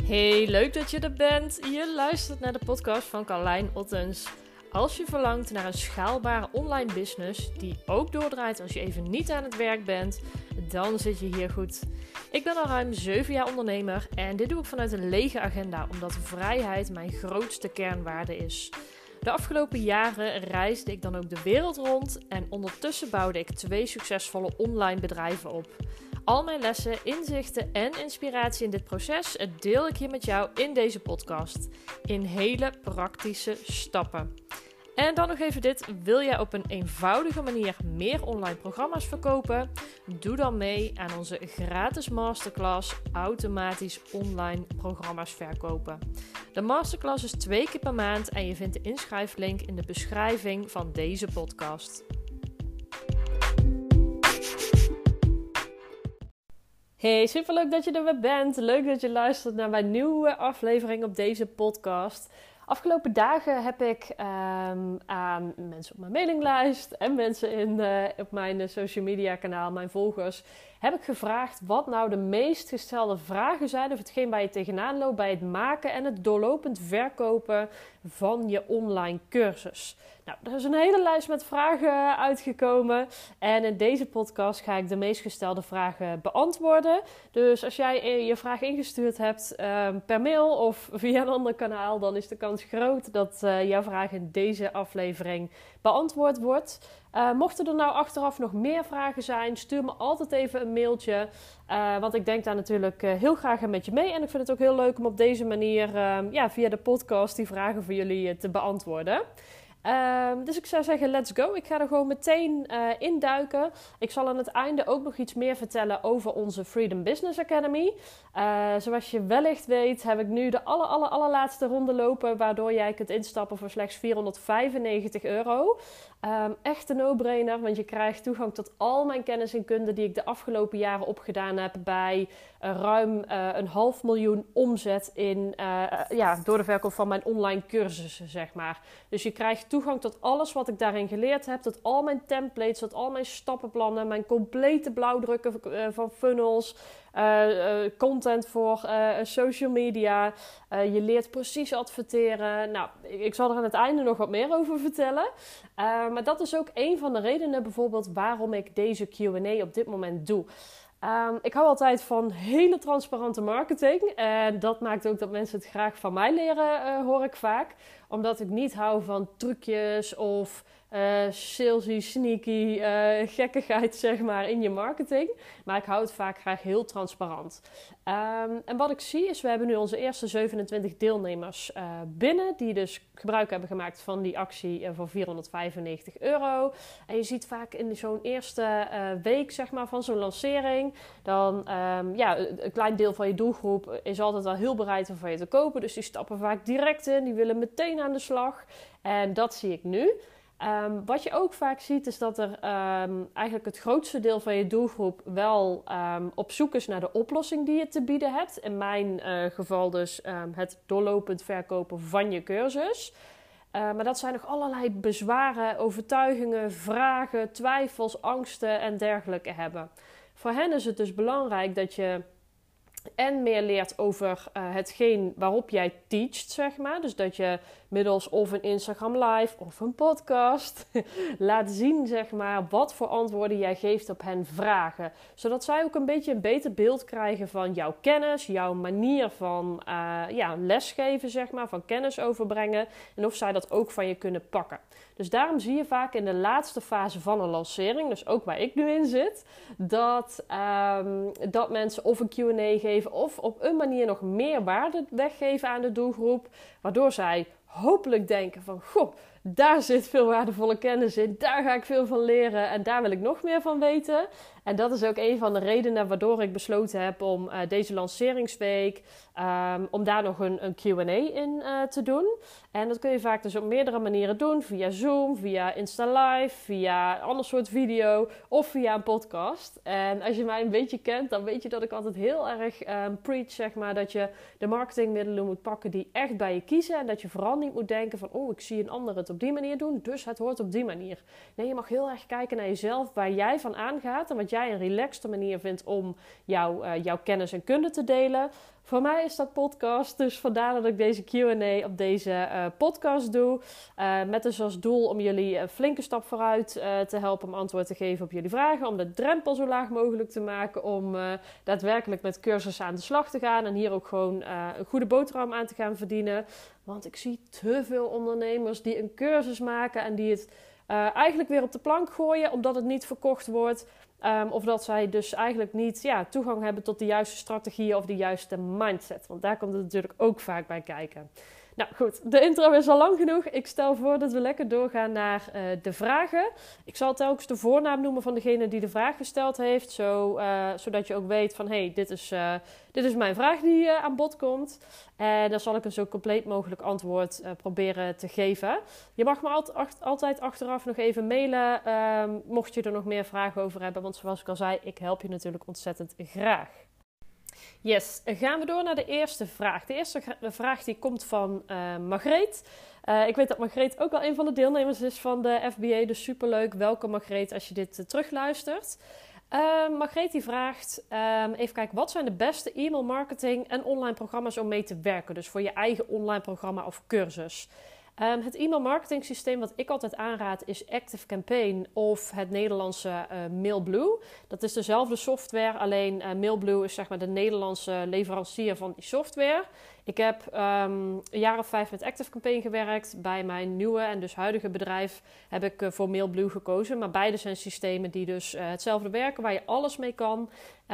Hey, leuk dat je er bent. Je luistert naar de podcast van Carlijn Ottens. Als je verlangt naar een schaalbare online business die ook doordraait als je even niet aan het werk bent, dan zit je hier goed. Ik ben al ruim 7 jaar ondernemer en dit doe ik vanuit een lege agenda, omdat vrijheid mijn grootste kernwaarde is. De afgelopen jaren reisde ik dan ook de wereld rond en ondertussen bouwde ik 2 succesvolle online bedrijven op. Al mijn lessen, inzichten en inspiratie in dit proces deel ik hier met jou in deze podcast. In hele praktische stappen. En dan nog even dit. Wil jij op een eenvoudige manier meer online programma's verkopen? Doe dan mee aan onze gratis masterclass Automatisch Online Programma's Verkopen. De masterclass is 2 keer per maand en je vindt de inschrijflink in de beschrijving van deze podcast. Hey, superleuk dat je er weer bent. Leuk dat je luistert naar mijn nieuwe aflevering op deze podcast. Afgelopen dagen heb ik aan mensen op mijn mailinglijst en mensen op mijn social media kanaal, mijn volgers, heb ik gevraagd wat nou de meest gestelde vragen zijn of hetgeen waar je tegenaan loopt bij het maken en het doorlopend verkopen van je online cursus. Nou, er is een hele lijst met vragen uitgekomen en in deze podcast ga ik de meest gestelde vragen beantwoorden. Dus als jij je vraag ingestuurd hebt per mail of via een ander kanaal, dan is de kans groot dat jouw vraag in deze aflevering beantwoord wordt. Mochten er nou achteraf nog meer vragen zijn, stuur me altijd even een mailtje. Want ik denk daar natuurlijk heel graag met je mee. En ik vind het ook heel leuk om op deze manier via de podcast die vragen voor jullie te beantwoorden. Dus ik zou zeggen, let's go. Ik ga er gewoon meteen induiken. Ik zal aan het einde ook nog iets meer vertellen over onze Freedom Business Academy. Zoals je wellicht weet, heb ik nu de allerlaatste ronde lopen, waardoor jij kunt instappen voor slechts €495. Echt een no-brainer, want je krijgt toegang tot al mijn kennis en kunde die ik de afgelopen jaren opgedaan heb bij ruim 500.000 omzet door de verkoop van mijn online cursussen, zeg maar. Dus je krijgt toegang tot alles wat ik daarin geleerd heb, tot al mijn templates, tot al mijn stappenplannen, mijn complete blauwdrukken van funnels, content voor social media. Je leert precies adverteren. Nou, ik zal er aan het einde nog wat meer over vertellen. Maar dat is ook een van de redenen bijvoorbeeld waarom ik deze Q&A op dit moment doe. Ik hou altijd van hele transparante marketing. En dat maakt ook dat mensen het graag van mij leren, hoor ik vaak. Omdat ik niet hou van trucjes of salesy, sneaky, gekkigheid zeg maar in je marketing. Maar ik hou het vaak graag heel transparant. En wat ik zie is, we hebben nu onze eerste 27 deelnemers binnen. Die dus gebruik hebben gemaakt van die actie voor €495. En je ziet vaak in zo'n eerste week zeg maar van zo'n lancering. Dan een klein deel van je doelgroep is altijd al heel bereid om van je te kopen. Dus die stappen vaak direct in. Die willen meteen aan de slag. En dat zie ik nu. Wat je ook vaak ziet is dat er eigenlijk het grootste deel van je doelgroep wel op zoek is naar de oplossing die je te bieden hebt. In mijn geval dus het doorlopend verkopen van je cursus. Maar dat zijn nog allerlei bezwaren, overtuigingen, vragen, twijfels, angsten en dergelijke hebben. Voor hen is het dus belangrijk dat je en meer leert over hetgeen waarop jij teacht, zeg maar. Dus dat je middels of een Instagram live of een podcast laat zien, zeg maar, wat voor antwoorden jij geeft op hen vragen. Zodat zij ook een beetje een beter beeld krijgen van jouw kennis, jouw manier van lesgeven, zeg maar, van kennis overbrengen. En of zij dat ook van je kunnen pakken. Dus daarom zie je vaak in de laatste fase van een lancering, dus ook waar ik nu in zit, dat mensen of een Q&A geven of op een manier nog meer waarde weggeven aan de doelgroep, waardoor zij hopelijk denken van, goh, daar zit veel waardevolle kennis in, daar ga ik veel van leren en daar wil ik nog meer van weten. En dat is ook een van de redenen waardoor ik besloten heb om deze lanceringsweek, om daar nog een Q&A in te doen. En dat kun je vaak dus op meerdere manieren doen, via Zoom, via Insta Live, via een ander soort video of via een podcast. En als je mij een beetje kent, dan weet je dat ik altijd heel erg preach, zeg maar, dat je de marketingmiddelen moet pakken die echt bij je kiezen. En dat je vooral niet moet denken van, oh, ik zie een ander het op die manier doen, dus het hoort op die manier. Nee, je mag heel erg kijken naar jezelf, waar jij van aangaat en wat jij jij een relaxte manier vindt om jouw kennis en kunde te delen. Voor mij is dat podcast, dus vandaar dat ik deze Q&A op deze podcast doe. Met dus als doel om jullie een flinke stap vooruit te helpen om antwoord te geven op jullie vragen. Om de drempel zo laag mogelijk te maken om daadwerkelijk met cursussen aan de slag te gaan. En hier ook gewoon een goede boterham aan te gaan verdienen. Want ik zie te veel ondernemers die een cursus maken en die het eigenlijk weer op de plank gooien omdat het niet verkocht wordt. Of dat zij dus eigenlijk niet toegang hebben tot de juiste strategieën of de juiste mindset. Want daar komt het natuurlijk ook vaak bij kijken. Nou goed, de intro is al lang genoeg. Ik stel voor dat we lekker doorgaan naar de vragen. Ik zal telkens de voornaam noemen van degene die de vraag gesteld heeft. Zodat je ook weet van dit is mijn vraag die aan bod komt. En dan zal ik een zo compleet mogelijk antwoord proberen te geven. Je mag me altijd achteraf nog even mailen. Mocht je er nog meer vragen over hebben. Want zoals ik al zei, ik help je natuurlijk ontzettend graag. Yes, gaan we door naar de eerste vraag. De eerste vraag die komt van Margreet. Ik weet dat Margreet ook wel een van de deelnemers is van de FBA, dus superleuk. Welkom Margreet als je dit terugluistert. Margreet die vraagt, even kijken, wat zijn de beste e-mail marketing en online programma's om mee te werken? Dus voor je eigen online programma of cursus. Het e-mail marketing systeem wat ik altijd aanraad is ActiveCampaign of het Nederlandse Mailblue. Dat is dezelfde software, alleen Mailblue is zeg maar de Nederlandse leverancier van die software. Ik heb een jaar of 5 met ActiveCampaign gewerkt. Bij mijn nieuwe en dus huidige bedrijf heb ik voor Mailblue gekozen. Maar beide zijn systemen die dus hetzelfde werken, waar je alles mee kan.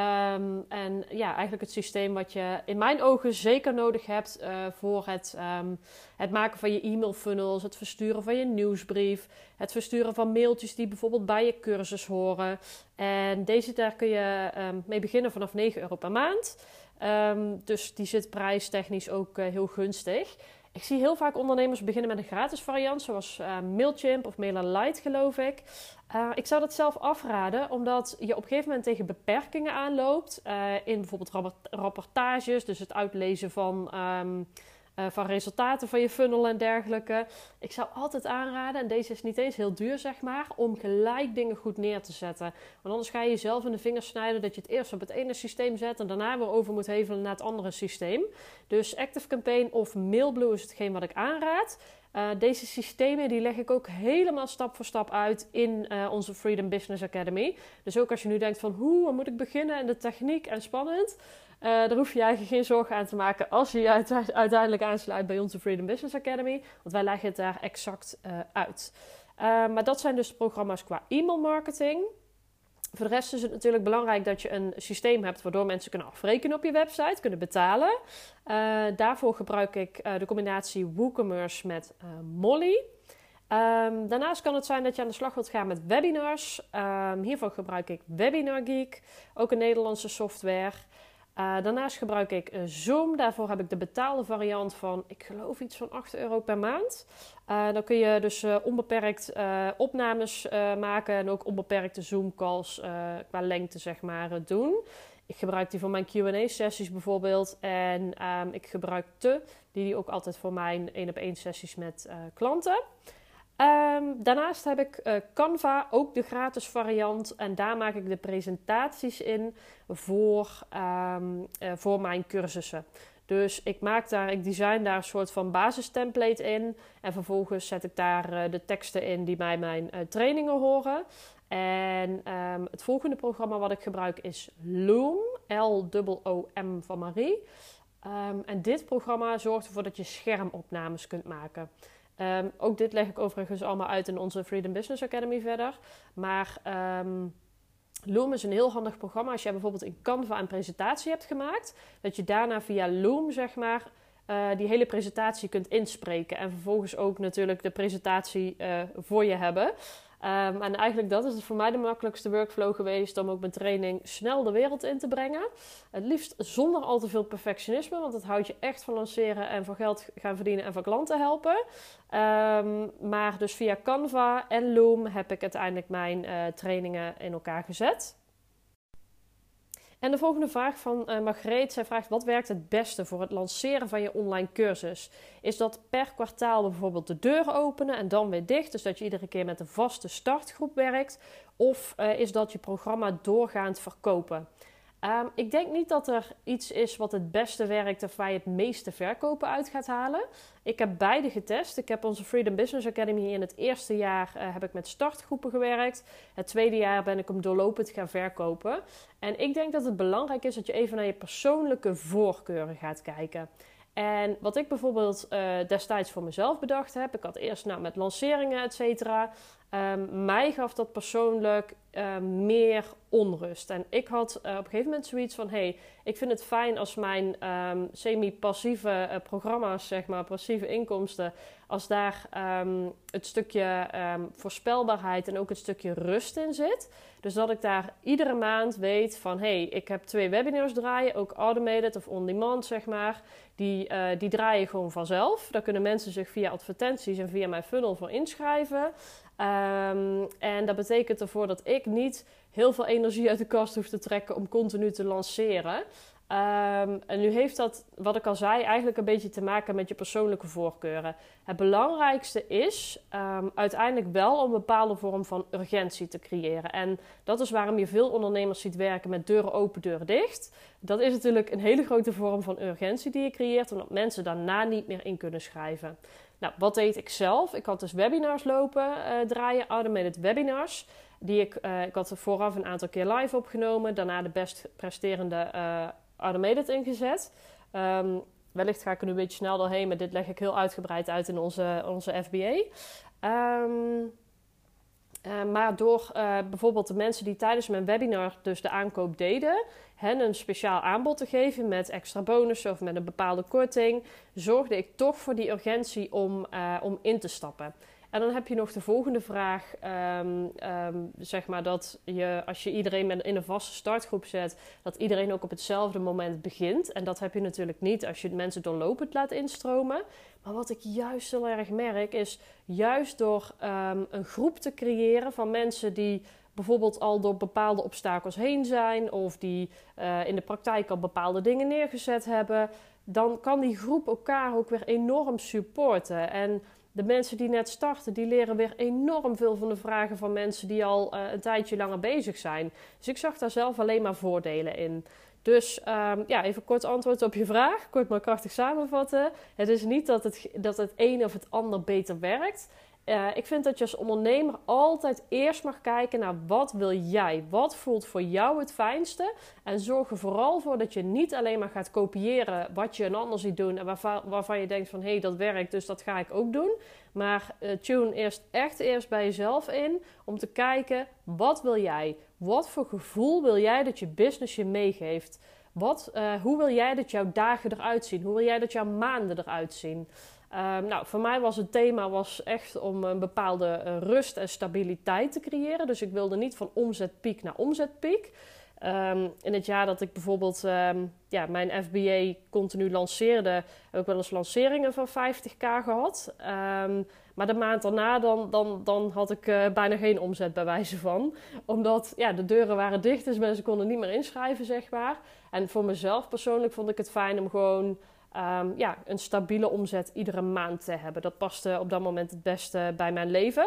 En ja, eigenlijk het systeem wat je in mijn ogen zeker nodig hebt voor het maken van je e-mail funnels, het versturen van je nieuwsbrief, het versturen van mailtjes die bijvoorbeeld bij je cursus horen. En daar kun je mee beginnen vanaf €9 per maand. Dus die zit prijstechnisch ook heel gunstig. Ik zie heel vaak ondernemers beginnen met een gratis variant, zoals Mailchimp of MailerLite geloof ik. Ik zou dat zelf afraden, omdat je op een gegeven moment tegen beperkingen aanloopt. In bijvoorbeeld rapportages, dus het uitlezen van resultaten van je funnel en dergelijke. Ik zou altijd aanraden, en deze is niet eens heel duur zeg maar, om gelijk dingen goed neer te zetten. Want anders ga je jezelf in de vingers snijden dat je het eerst op het ene systeem zet en daarna weer over moet hevelen naar het andere systeem. Dus ActiveCampaign of Mailblue is hetgeen wat ik aanraad. Deze systemen die leg ik ook helemaal stap voor stap uit in onze Freedom Business Academy. Dus ook als je nu denkt van waar moet ik beginnen en de techniek en spannend. Daar hoef je eigenlijk geen zorgen aan te maken als je je uiteindelijk aansluit bij onze Freedom Business Academy. Want wij leggen het daar exact uit. Maar dat zijn dus de programma's qua e-mail marketing. Voor de rest is het natuurlijk belangrijk dat je een systeem hebt waardoor mensen kunnen afrekenen op je website, kunnen betalen. Daarvoor gebruik ik de combinatie WooCommerce met Molly. Daarnaast kan het zijn dat je aan de slag wilt gaan met webinars. Hiervoor gebruik ik Webinar Geek, ook een Nederlandse software. Daarnaast gebruik ik Zoom. Daarvoor heb ik de betaalde variant van, ik geloof iets van €8 per maand. Dan kun je dus onbeperkt opnames maken en ook onbeperkte Zoom calls qua lengte zeg maar doen. Ik gebruik die voor mijn Q&A-sessies bijvoorbeeld. En ik gebruik die ook altijd voor mijn 1-op-1 sessies met klanten. Daarnaast heb ik Canva, ook de gratis variant. En daar maak ik de presentaties in voor mijn cursussen. Dus ik design daar een soort van basistemplate in. En vervolgens zet ik daar de teksten in die bij mijn trainingen horen. En het volgende programma wat ik gebruik is Loom. L-O-O-M van Marie. En dit programma zorgt ervoor dat je schermopnames kunt maken. Ook dit leg ik overigens allemaal uit in onze Freedom Business Academy verder. Maar Loom is een heel handig programma als je bijvoorbeeld in Canva een presentatie hebt gemaakt. Dat je daarna via Loom zeg maar die hele presentatie kunt inspreken. En vervolgens ook natuurlijk de presentatie voor je hebben. En eigenlijk dat is voor mij de makkelijkste workflow geweest om ook mijn training snel de wereld in te brengen. Het liefst zonder al te veel perfectionisme, want dat houdt je echt van lanceren en van geld gaan verdienen en van klanten helpen. Maar dus via Canva en Loom heb ik uiteindelijk mijn trainingen in elkaar gezet. En de volgende vraag van Margreet. Zij vraagt: wat werkt het beste voor het lanceren van je online cursus? Is dat per kwartaal bijvoorbeeld de deur openen en dan weer dicht? Dus dat je iedere keer met een vaste startgroep werkt? Of is dat je programma doorgaand verkopen? Ik denk niet dat er iets is wat het beste werkt of waar je het meeste verkopen uit gaat halen. Ik heb beide getest. Ik heb onze Freedom Business Academy in het eerste jaar heb ik met startgroepen gewerkt. Het tweede jaar ben ik hem doorlopend gaan verkopen. En ik denk dat het belangrijk is dat je even naar je persoonlijke voorkeuren gaat kijken. En wat ik bijvoorbeeld destijds voor mezelf bedacht heb. Ik had eerst met lanceringen, et cetera. Mij gaf dat persoonlijk meer onrust. En ik had op een gegeven moment zoiets van: ik vind het fijn als mijn semi-passieve programma's, zeg maar, passieve inkomsten, als daar het stukje voorspelbaarheid en ook het stukje rust in zit. Dus dat ik daar iedere maand weet van: ik heb 2 webinars draaien, ook automated of on-demand, zeg maar. Die draaien gewoon vanzelf. Daar kunnen mensen zich via advertenties en via mijn funnel voor inschrijven. En dat betekent ervoor dat ik niet heel veel energie uit de kast hoef te trekken om continu te lanceren. En nu heeft dat, wat ik al zei, eigenlijk een beetje te maken met je persoonlijke voorkeuren. Het belangrijkste is uiteindelijk wel een bepaalde vorm van urgentie te creëren. En dat is waarom je veel ondernemers ziet werken met deuren open, deuren dicht. Dat is natuurlijk een hele grote vorm van urgentie die je creëert, omdat mensen daarna niet meer in kunnen schrijven. Nou, wat deed ik zelf? Ik had dus webinars lopen draaien, automated webinars. Ik had er vooraf een aantal keer live opgenomen. Daarna de best presterende automated ingezet. Wellicht ga ik er nu een beetje snel doorheen, maar dit leg ik heel uitgebreid uit in onze FBA. Maar door bijvoorbeeld de mensen die tijdens mijn webinar dus de aankoop deden, hen een speciaal aanbod te geven met extra bonussen of met een bepaalde korting, zorgde ik toch voor die urgentie om in te stappen. En dan heb je nog de volgende vraag, zeg maar dat je, als je iedereen in een vaste startgroep zet, dat iedereen ook op hetzelfde moment begint. En dat heb je natuurlijk niet als je mensen doorlopend laat instromen. Maar wat ik juist heel erg merk is, juist door een groep te creëren van mensen die bijvoorbeeld al door bepaalde obstakels heen zijn of die in de praktijk al bepaalde dingen neergezet hebben, dan kan die groep elkaar ook weer enorm supporten. En de mensen die net starten, die leren weer enorm veel van de vragen van mensen die al een tijdje langer bezig zijn. Dus ik zag daar zelf alleen maar voordelen in. Dus even kort antwoord op je vraag. Kort maar krachtig samenvatten. Het is niet dat het een of het ander beter werkt. Ik vind dat je als ondernemer altijd eerst mag kijken naar wat wil jij? Wat voelt voor jou het fijnste? En zorg er vooral voor dat je niet alleen maar gaat kopiëren wat je een ander ziet doen en waarvan je denkt van dat werkt, dus dat ga ik ook doen. Maar tune eerst bij jezelf in om te kijken, wat wil jij? Wat voor gevoel wil jij dat je business je meegeeft? Hoe wil jij dat jouw dagen eruit zien? Hoe wil jij dat jouw maanden eruit zien? Voor mij was het thema echt om een bepaalde rust en stabiliteit te creëren. Dus ik wilde niet van omzetpiek naar omzetpiek. In het jaar dat ik bijvoorbeeld mijn FBA continu lanceerde, heb ik wel eens lanceringen van 50.000 gehad. Maar de maand daarna dan had ik bijna geen omzet bij wijze van. Omdat de deuren waren dicht, dus mensen konden niet meer inschrijven, zeg maar. En voor mezelf persoonlijk vond ik het fijn om gewoon een stabiele omzet iedere maand te hebben. Dat paste op dat moment het beste bij mijn leven.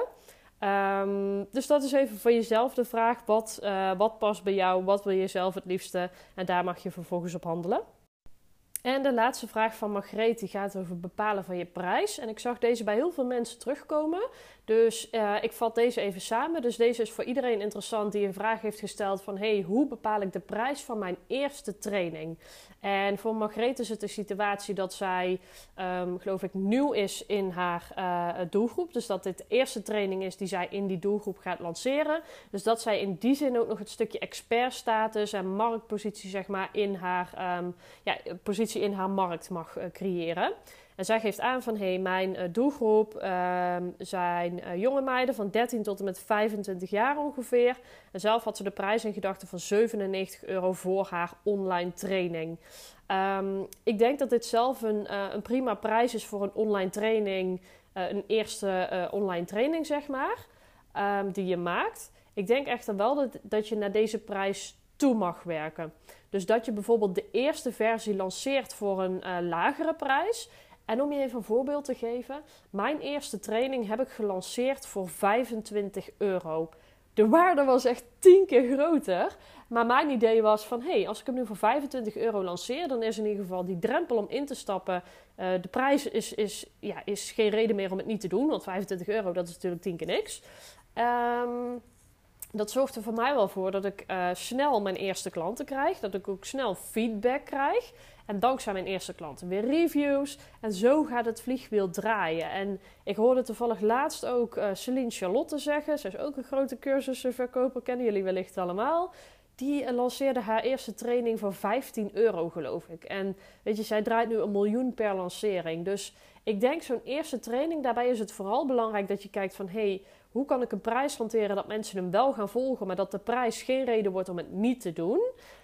Dus dat is even voor jezelf de vraag. Wat past bij jou? Wat wil je zelf het liefste? En daar mag je vervolgens op handelen. En de laatste vraag van Margreet, die gaat over bepalen van je prijs. En ik zag deze bij heel veel mensen terugkomen. Dus ik vat deze even samen. Dus deze is voor iedereen interessant die een vraag heeft gesteld van hoe bepaal ik de prijs van mijn eerste training? En voor Margreet is het de situatie dat zij, geloof ik, nieuw is in haar doelgroep. Dus dat dit de eerste training is die zij in die doelgroep gaat lanceren. Dus dat zij in die zin ook nog het stukje expertstatus en marktpositie, zeg maar, in haar positie in haar markt mag creëren. En zij geeft aan van mijn doelgroep zijn jonge meiden van 13 tot en met 25 jaar ongeveer. En zelf had ze de prijs in gedachten van €97 voor haar online training. Ik denk dat dit zelf een prima prijs is voor een online training. Een eerste online training, zeg maar, die je maakt. Ik denk echter wel dat je naar deze prijs toe mag werken. Dus dat je bijvoorbeeld de eerste versie lanceert voor een lagere prijs. En om je even een voorbeeld te geven, mijn eerste training heb ik gelanceerd voor €25. De waarde was echt 10 keer groter. Maar mijn idee was van, als ik hem nu voor €25 lanceer, dan is in ieder geval die drempel om in te stappen. De prijs is geen reden meer om het niet te doen, want €25, dat is natuurlijk 10 keer niks. Dat zorgt er voor mij wel voor dat ik snel mijn eerste klanten krijg. Dat ik ook snel feedback krijg. En dankzij mijn eerste klanten weer reviews. En zo gaat het vliegwiel draaien. En ik hoorde toevallig laatst ook Celine Charlotte zeggen. Zij is ook een grote cursusverkoper, kennen jullie wellicht allemaal. Die lanceerde haar eerste training voor €15 geloof ik. En weet je, zij draait nu 1 miljoen per lancering. Dus ik denk zo'n eerste training, daarbij is het vooral belangrijk dat je kijkt van, hoe kan ik een prijs hanteren dat mensen hem wel gaan volgen, maar dat de prijs geen reden wordt om het niet te doen.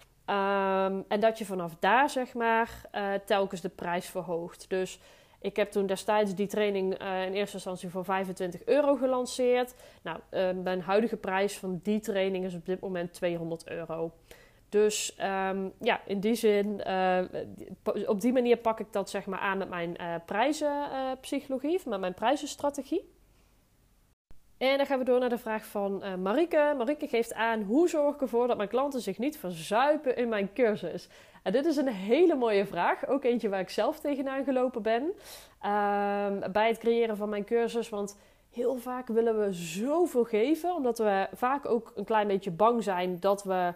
En dat je vanaf daar, zeg maar, telkens de prijs verhoogt. Dus ik heb toen destijds die training in eerste instantie voor €25 gelanceerd. Nou, mijn huidige prijs van die training is op dit moment €200. Dus in die zin, op die manier pak ik dat, zeg maar, aan met mijn prijzenpsychologie, met mijn prijzenstrategie. En dan gaan we door naar de vraag van Marieke. Marieke geeft aan, hoe zorg ik ervoor dat mijn klanten zich niet verzuipen in mijn cursus? En dit is een hele mooie vraag. Ook eentje waar ik zelf tegenaan gelopen ben. Bij het creëren van mijn cursus. Want heel vaak willen we zoveel geven. Omdat we vaak ook een klein beetje bang zijn dat we,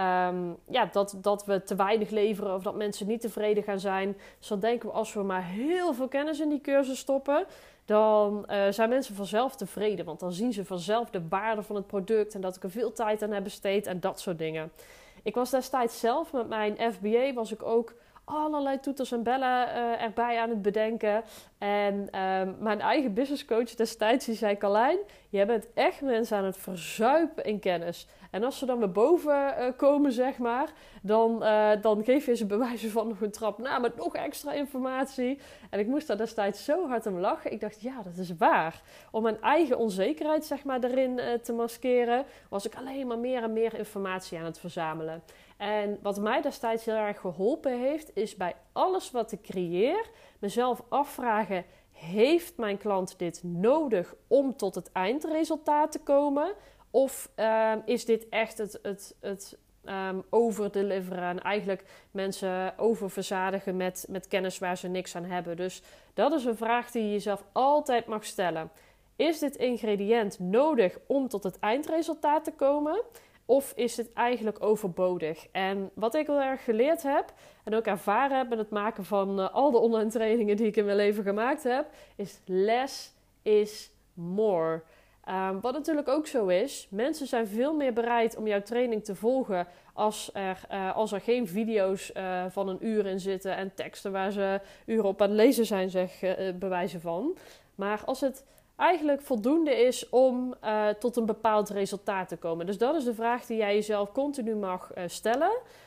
dat we te weinig leveren. Of dat mensen niet tevreden gaan zijn. Dus dan denken we, als we maar heel veel kennis in die cursus stoppen, dan zijn mensen vanzelf tevreden. Want dan zien ze vanzelf de waarde van het product en dat ik er veel tijd aan heb besteed en dat soort dingen. Ik was destijds zelf met mijn FBA, was ik ook allerlei toeters en bellen erbij aan het bedenken. En mijn eigen businesscoach destijds, die zei, Carlijn, jij bent echt mensen aan het verzuipen in kennis. En als ze dan weer boven komen, zeg maar, dan geef je ze bij wijze van nog een trap na met nog extra informatie. En ik moest daar destijds zo hard om lachen. Ik dacht, ja, dat is waar. Om mijn eigen onzekerheid, zeg maar, erin te maskeren, was ik alleen maar meer en meer informatie aan het verzamelen. En wat mij destijds heel erg geholpen heeft, is bij alles wat ik creëer, mezelf afvragen, heeft mijn klant dit nodig om tot het eindresultaat te komen? Of is dit echt het overdeliveren en eigenlijk mensen oververzadigen met kennis waar ze niks aan hebben? Dus dat is een vraag die je jezelf altijd mag stellen. Is dit ingrediënt nodig om tot het eindresultaat te komen? Of is het eigenlijk overbodig? En wat ik heel erg geleerd heb en ook ervaren heb met het maken van al de online trainingen die ik in mijn leven gemaakt heb, is less is more. Wat natuurlijk ook zo is, mensen zijn veel meer bereid om jouw training te volgen als er geen video's van 1 uur in zitten en teksten waar ze uren op aan het lezen zijn, bewijzen van. Maar als het eigenlijk voldoende is om tot een bepaald resultaat te komen. Dus dat is de vraag die jij jezelf continu mag stellen.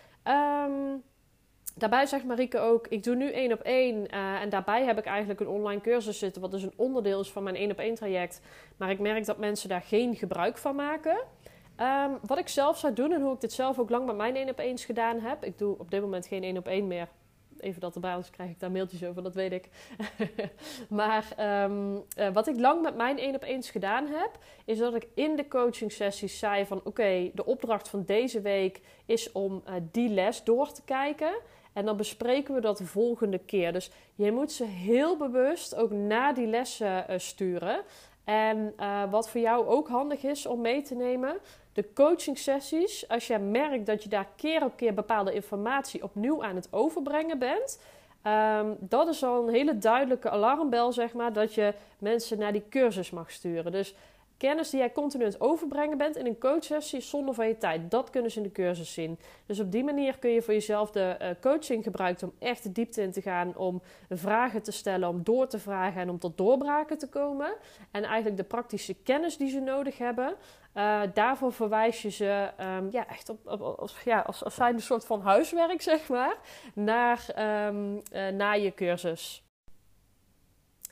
Daarbij zegt Marieke ook, ik doe nu 1-op-1 en daarbij heb ik eigenlijk een online cursus zitten, wat dus een onderdeel is van mijn 1-op-1 traject. Maar ik merk dat mensen daar geen gebruik van maken. Wat ik zelf zou doen en hoe ik dit zelf ook lang met mijn 1-op-1's gedaan heb. Ik doe op dit moment geen 1-op-1 meer. Even dat erbij, anders krijg ik daar mailtjes over, dat weet ik. Maar wat ik lang met mijn 1-op-1's gedaan heb, is dat ik in de coaching sessies zei van oké, de opdracht van deze week is om die les door te kijken. En dan bespreken we dat de volgende keer. Dus je moet ze heel bewust ook na die lessen sturen. En wat voor jou ook handig is om mee te nemen, de coaching sessies, als je merkt dat je daar keer op keer bepaalde informatie opnieuw aan het overbrengen bent, dat is al een hele duidelijke alarmbel, zeg maar, dat je mensen naar die cursus mag sturen. Dus kennis die jij continu aan het overbrengen bent in een coachsessie is zonde van je tijd. Dat kunnen ze in de cursus zien. Dus op die manier kun je voor jezelf de coaching gebruiken om echt de diepte in te gaan, om vragen te stellen, om door te vragen en om tot doorbraken te komen. En eigenlijk de praktische kennis die ze nodig hebben, daarvoor verwijs je ze echt als zijn een soort van huiswerk, zeg maar, naar je cursus.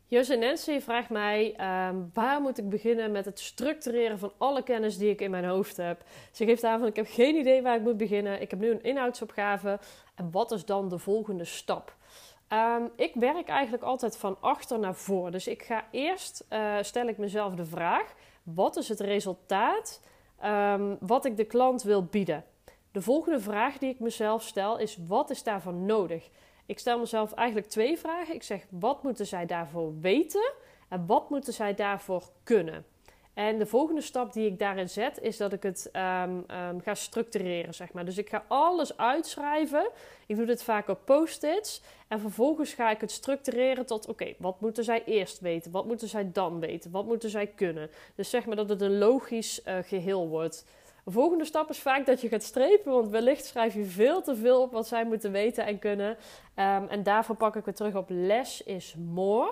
Jose Nancy vraagt mij, waar moet ik beginnen met het structureren van alle kennis die ik in mijn hoofd heb? Ze geeft aan van, ik heb geen idee waar ik moet beginnen. Ik heb nu een inhoudsopgave. En wat is dan de volgende stap? Ik werk eigenlijk altijd van achter naar voor. Dus ik ga eerst, stel ik mezelf de vraag, wat is het resultaat wat ik de klant wil bieden? De volgende vraag die ik mezelf stel is, wat is daarvan nodig? Ik stel mezelf eigenlijk 2 vragen. Ik zeg, wat moeten zij daarvoor weten? En wat moeten zij daarvoor kunnen? En de volgende stap die ik daarin zet, is dat ik het ga structureren, zeg maar. Dus ik ga alles uitschrijven. Ik doe dit vaak op post-its. En vervolgens ga ik het structureren tot, oké, wat moeten zij eerst weten? Wat moeten zij dan weten? Wat moeten zij kunnen? Dus zeg maar dat het een logisch geheel wordt. De volgende stap is vaak dat je gaat strepen, want wellicht schrijf je veel te veel op wat zij moeten weten en kunnen. En daarvoor pak ik weer terug op less is more.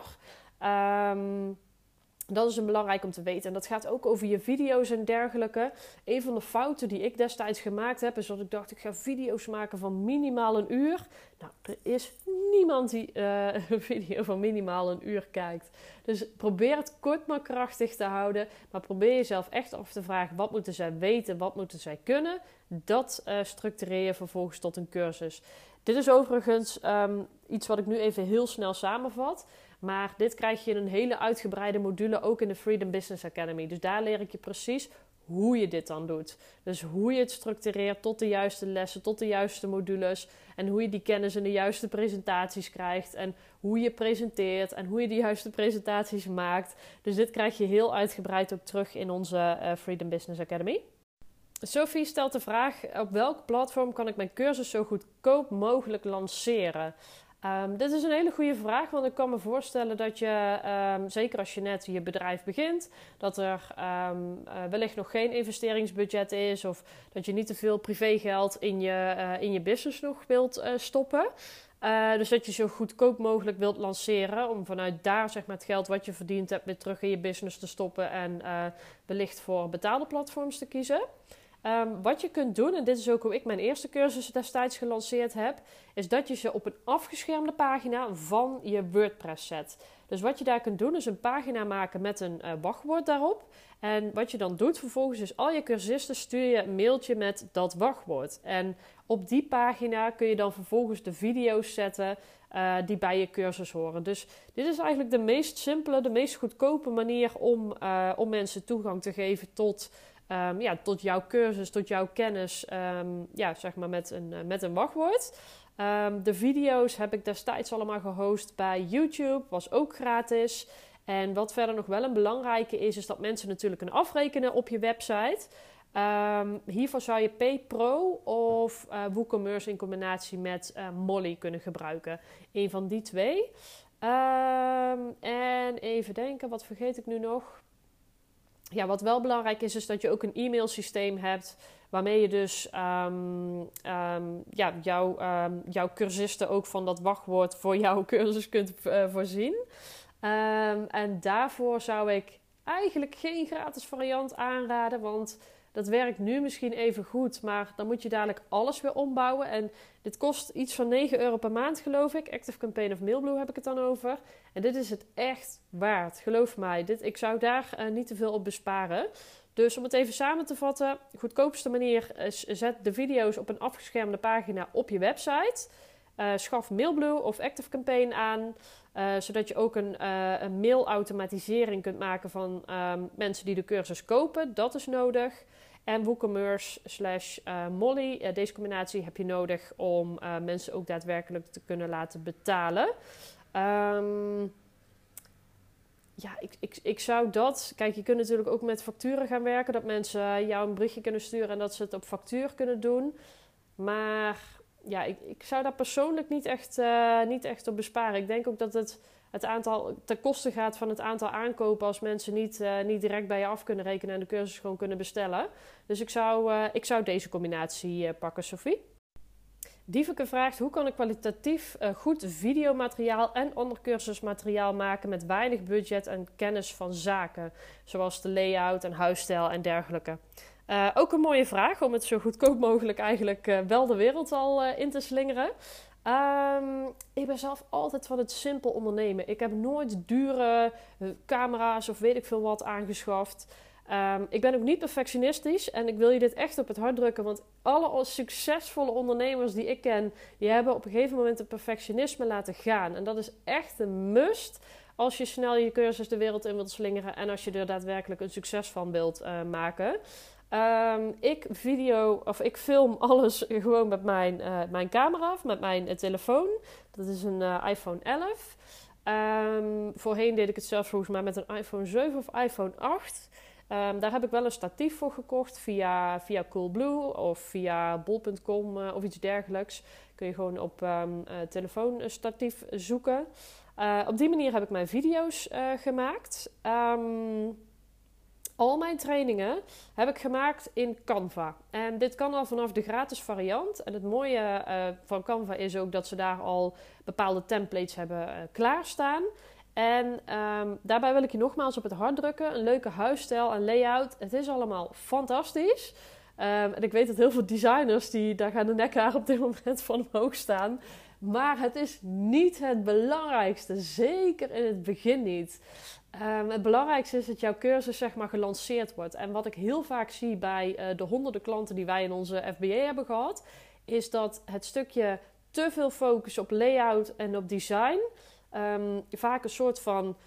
Dat is belangrijk om te weten. En dat gaat ook over je video's en dergelijke. Een van de fouten die ik destijds gemaakt heb, is dat ik dacht, ik ga video's maken van minimaal 1 uur. Nou, er is niemand die een video van minimaal 1 uur kijkt. Dus probeer het kort maar krachtig te houden. Maar probeer jezelf echt af te vragen, wat moeten zij weten, wat moeten zij kunnen? Dat structureer je vervolgens tot een cursus. Dit is overigens iets wat ik nu even heel snel samenvat. Maar dit krijg je in een hele uitgebreide module ook in de Freedom Business Academy. Dus daar leer ik je precies hoe je dit dan doet. Dus hoe je het structureert tot de juiste lessen, tot de juiste modules. En hoe je die kennis in de juiste presentaties krijgt. En hoe je presenteert en hoe je de juiste presentaties maakt. Dus dit krijg je heel uitgebreid ook terug in onze Freedom Business Academy. Sophie stelt de vraag, op welk platform kan ik mijn cursus zo goedkoop mogelijk lanceren? Dit is een hele goede vraag, want ik kan me voorstellen dat je, zeker als je net je bedrijf begint, dat er wellicht nog geen investeringsbudget is of dat je niet te veel privégeld in je business nog wilt stoppen. Dus dat je zo goedkoop mogelijk wilt lanceren om vanuit daar zeg maar, het geld wat je verdiend hebt weer terug in je business te stoppen en wellicht voor betaalde platforms te kiezen. Wat je kunt doen, en dit is ook hoe ik mijn eerste cursus destijds gelanceerd heb, is dat je ze op een afgeschermde pagina van je WordPress zet. Dus wat je daar kunt doen is een pagina maken met een wachtwoord daarop. En wat je dan doet vervolgens is al je cursisten stuur je een mailtje met dat wachtwoord. En op die pagina kun je dan vervolgens de video's zetten die bij je cursus horen. Dus dit is eigenlijk de meest simpele, de meest goedkope manier om mensen toegang te geven tot jouw cursus, tot jouw kennis, zeg maar met een wachtwoord. De video's heb ik destijds allemaal gehost bij YouTube, was ook gratis. En wat verder nog wel een belangrijke is dat mensen natuurlijk kunnen afrekenen op je website. Hiervoor zou je PayPro of WooCommerce in combinatie met Molly kunnen gebruiken. Eén van die 2. En even denken, wat vergeet ik nu nog? Ja, wat wel belangrijk is dat je ook een e-mailsysteem hebt waarmee je dus jouw cursisten ook van dat wachtwoord voor jouw cursus kunt voorzien. En daarvoor zou ik eigenlijk geen gratis variant aanraden, want dat werkt nu misschien even goed, maar dan moet je dadelijk alles weer ombouwen. En dit kost iets van €9 per maand, geloof ik. Active Campaign of Mailblue heb ik het dan over. En dit is het echt waard, geloof mij. Ik zou daar niet te veel op besparen. Dus om het even samen te vatten, de goedkoopste manier is zet de video's op een afgeschermde pagina op je website. Schaf Mailblue of Active Campaign aan, zodat je ook een mailautomatisering kunt maken van mensen die de cursus kopen. Dat is nodig. En WooCommerce / Molly. Deze combinatie heb je nodig om mensen ook daadwerkelijk te kunnen laten betalen. Ik zou dat... Kijk, je kunt natuurlijk ook met facturen gaan werken. Dat mensen jou een berichtje kunnen sturen en dat ze het op factuur kunnen doen. Maar ja, ik zou daar persoonlijk niet echt op besparen. Ik denk ook dat het aantal ten koste gaat van het aantal aankopen als mensen niet direct bij je af kunnen rekenen en de cursus gewoon kunnen bestellen. Dus ik zou deze combinatie pakken, Sophie. Dieveke vraagt, hoe kan ik kwalitatief goed videomateriaal en ander cursusmateriaal maken met weinig budget en kennis van zaken, zoals de layout en huisstijl en dergelijke. Ook een mooie vraag om het zo goedkoop mogelijk eigenlijk wel de wereld al in te slingeren. Ik ben zelf altijd van het simpel ondernemen. Ik heb nooit dure camera's of weet ik veel wat aangeschaft. Ik ben ook niet perfectionistisch en ik wil je dit echt op het hart drukken. Want alle succesvolle ondernemers die ik ken, die hebben op een gegeven moment het perfectionisme laten gaan. En dat is echt een must als je snel je cursus de wereld in wilt slingeren en als je er daadwerkelijk een succes van wilt maken. Ik film alles gewoon met mijn camera, of met mijn telefoon. Dat is een iPhone 11. Voorheen deed ik het zelfs volgens mij met een iPhone 7 of iPhone 8. Daar heb ik wel een statief voor gekocht via Coolblue of via bol.com of iets dergelijks. Kun je gewoon op telefoonstatief zoeken. Op die manier heb ik mijn video's gemaakt. Al mijn trainingen heb ik gemaakt in Canva. En dit kan al vanaf de gratis variant. En het mooie van Canva is ook dat ze daar al bepaalde templates hebben klaarstaan. En daarbij wil ik je nogmaals op het hart drukken. Een leuke huisstijl en layout. Het is allemaal fantastisch. En ik weet dat heel veel designers, daar gaan de nekhaar op dit moment van omhoog staan. Maar het is niet het belangrijkste. Zeker in het begin niet. Het belangrijkste is dat jouw cursus zeg maar gelanceerd wordt. En wat ik heel vaak zie bij de honderden klanten die wij in onze FBA hebben gehad, is dat het stukje te veel focus op layout en op design vaak een soort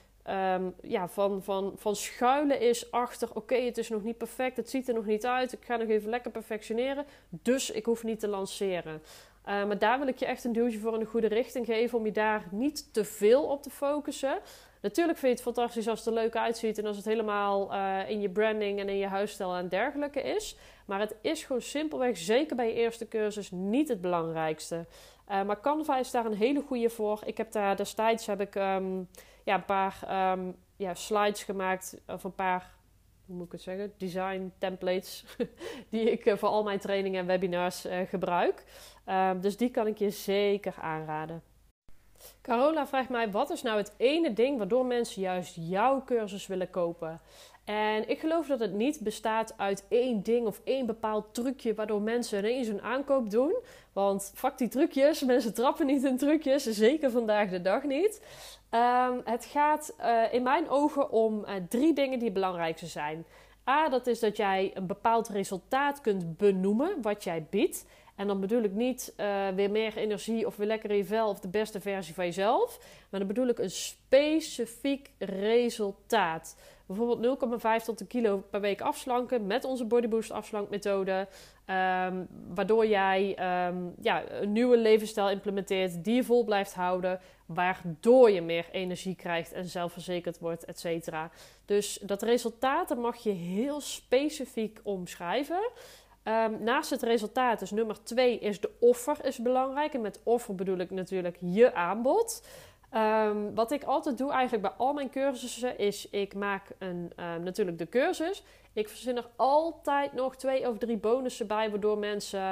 van schuilen is achter, oké, het is nog niet perfect, het ziet er nog niet uit, ik ga nog even lekker perfectioneren, dus ik hoef niet te lanceren. Maar daar wil ik je echt een duwtje voor in de goede richting geven om je daar niet te veel op te focussen. Natuurlijk vind je het fantastisch als het er leuk uitziet en als het helemaal in je branding en in je huisstijl en dergelijke is. Maar het is gewoon simpelweg, zeker bij je eerste cursus, niet het belangrijkste. Maar Canva is daar een hele goede voor. Ik heb daar destijds een paar slides gemaakt of een paar, hoe moet ik het zeggen, design templates die ik voor al mijn trainingen en webinars gebruik. Dus die kan ik je zeker aanraden. Carola vraagt mij, wat is nou het ene ding waardoor mensen juist jouw cursus willen kopen? En ik geloof dat het niet bestaat uit één ding of één bepaald trucje waardoor mensen ineens een aankoop doen. Want fuck die trucjes, mensen trappen niet in trucjes, zeker vandaag de dag niet. Het gaat in mijn ogen om 3 dingen die het belangrijkste zijn. A, dat is dat jij een bepaald resultaat kunt benoemen wat jij biedt. En dan bedoel ik niet weer meer energie of weer lekker in je vel of de beste versie van jezelf. Maar dan bedoel ik een specifiek resultaat. Bijvoorbeeld 0,5 tot 1 kilo per week afslanken met onze Bodyboost afslankmethode. Waardoor jij een nieuwe levensstijl implementeert die je vol blijft houden. Waardoor je meer energie krijgt en zelfverzekerd wordt, et cetera. Dus dat resultaat dat mag je heel specifiek omschrijven. Naast het resultaat, dus nummer 2, is de offer is belangrijk. En met offer bedoel ik natuurlijk je aanbod. Wat ik altijd doe eigenlijk bij al mijn cursussen is, ik maak natuurlijk de cursus. Ik verzin er altijd nog 2 of 3 bonussen bij, waardoor mensen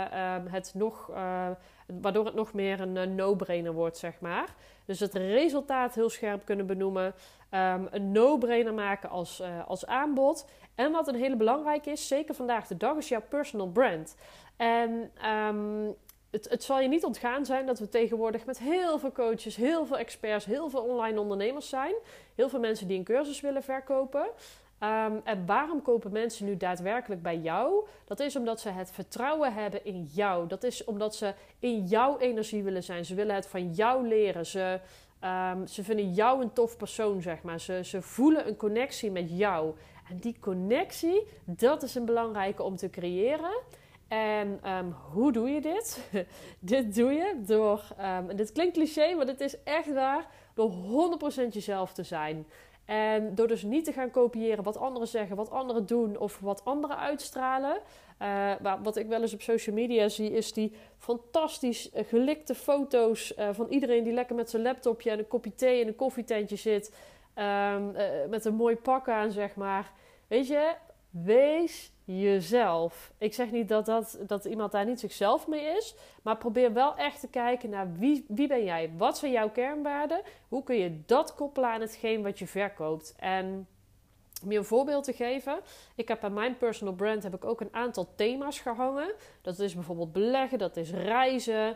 waardoor het nog meer een no-brainer wordt, zeg maar. Dus het resultaat heel scherp kunnen benoemen. Een no-brainer maken als aanbod. En wat een hele belangrijke is, zeker vandaag de dag, is jouw personal brand. En het zal je niet ontgaan zijn dat we tegenwoordig met heel veel coaches, heel veel experts, heel veel online ondernemers zijn. Heel veel mensen die een cursus willen verkopen. En waarom kopen mensen nu daadwerkelijk bij jou? Dat is omdat ze het vertrouwen hebben in jou. Dat is omdat ze in jouw energie willen zijn. Ze willen het van jou leren. Ze vinden jou een tof persoon, zeg maar. Ze voelen een connectie met jou. En die connectie, dat is een belangrijke om te creëren. En hoe doe je dit? Dit doe je door, en dit klinkt cliché, maar dit is echt waar, door 100% jezelf te zijn. En door dus niet te gaan kopiëren wat anderen zeggen, wat anderen doen of wat anderen uitstralen. Wat ik wel eens op social media zie, is die fantastisch gelikte foto's van iedereen die lekker met zijn laptopje en een kopje thee in een koffietentje zit. Met een mooi pak aan, zeg maar. Weet je, wees jezelf. Ik zeg niet dat iemand daar niet zichzelf mee is. Maar probeer wel echt te kijken naar wie ben jij? Wat zijn jouw kernwaarden? Hoe kun je dat koppelen aan hetgeen wat je verkoopt? En om je een voorbeeld te geven. Ik heb aan mijn personal brand ook een aantal thema's gehangen. Dat is bijvoorbeeld beleggen, dat is reizen.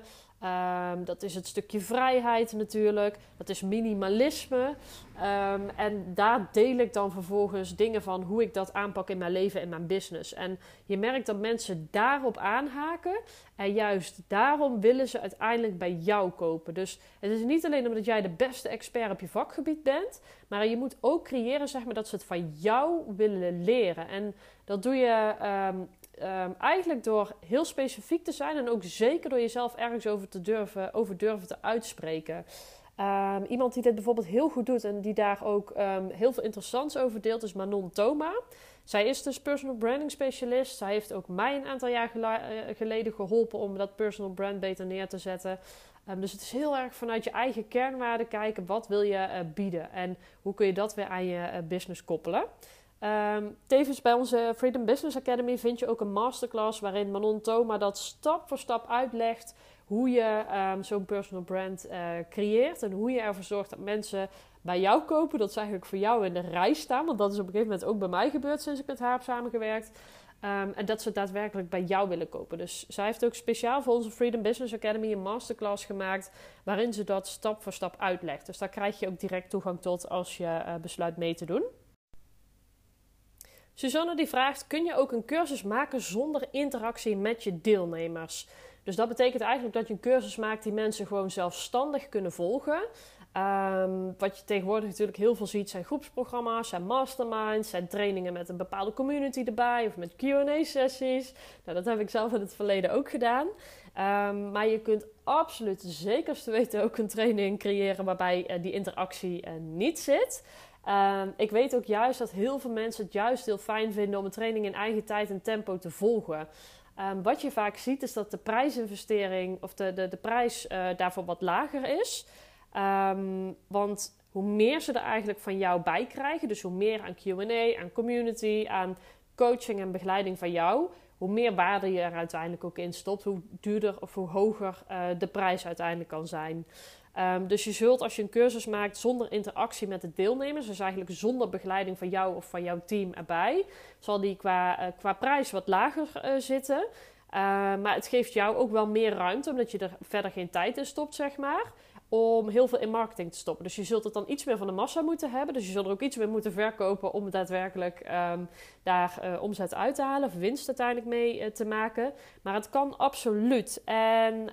Dat is het stukje vrijheid natuurlijk. Dat is minimalisme. En daar deel ik dan vervolgens dingen van hoe ik dat aanpak in mijn leven en mijn business. En je merkt dat mensen daarop aanhaken. En juist daarom willen ze uiteindelijk bij jou kopen. Dus het is niet alleen omdat jij de beste expert op je vakgebied bent. Maar je moet ook creëren, zeg maar, dat ze het van jou willen leren. En dat doe je eigenlijk door heel specifiek te zijn. En ook zeker door jezelf ergens over durven te uitspreken. Iemand die dit bijvoorbeeld heel goed doet en die daar ook heel veel interessants over deelt is Manon Thoma. Zij is dus personal branding specialist. Zij heeft ook mij een aantal jaar geleden geholpen om dat personal brand beter neer te zetten. Dus het is heel erg vanuit je eigen kernwaarden kijken. Wat wil je bieden en hoe kun je dat weer aan je business koppelen. Tevens bij onze Freedom Business Academy vind je ook een masterclass waarin Manon Thoma dat stap voor stap uitlegt hoe je zo'n personal brand creëert en hoe je ervoor zorgt dat mensen bij jou kopen. Dat ze eigenlijk voor jou in de rij staan, want dat is op een gegeven moment ook bij mij gebeurd sinds ik met haar heb samengewerkt. En dat ze daadwerkelijk bij jou willen kopen. Dus zij heeft ook speciaal voor onze Freedom Business Academy een masterclass gemaakt waarin ze dat stap voor stap uitlegt. Dus daar krijg je ook direct toegang tot als je besluit mee te doen. Suzanne die vraagt, kun je ook een cursus maken zonder interactie met je deelnemers? Dus dat betekent eigenlijk dat je een cursus maakt die mensen gewoon zelfstandig kunnen volgen. Wat je tegenwoordig natuurlijk heel veel ziet zijn groepsprogramma's, zijn masterminds, zijn trainingen met een bepaalde community erbij of met Q&A-sessies. Nou, dat heb ik zelf in het verleden ook gedaan. Maar je kunt absoluut zeker te weten ook een training creëren waarbij die interactie niet zit. Ik weet ook juist dat heel veel mensen het juist heel fijn vinden om een training in eigen tijd en tempo te volgen. Wat je vaak ziet is dat de prijsinvestering of de prijs daarvoor wat lager is. Want hoe meer ze er eigenlijk van jou bij krijgen, dus hoe meer aan Q&A, aan community, aan coaching en begeleiding van jou, hoe meer waarde je er uiteindelijk ook in stopt, hoe duurder of hoe hoger de prijs uiteindelijk kan zijn. Dus je zult als je een cursus maakt zonder interactie met de deelnemers, dus eigenlijk zonder begeleiding van jou of van jouw team erbij, zal die qua prijs wat lager zitten. Maar het geeft jou ook wel meer ruimte, omdat je er verder geen tijd in stopt, zeg maar, om heel veel in marketing te stoppen. Dus je zult het dan iets meer van de massa moeten hebben. Dus je zult er ook iets meer moeten verkopen om daadwerkelijk daar omzet uit te halen of winst uiteindelijk mee te maken. Maar het kan absoluut. En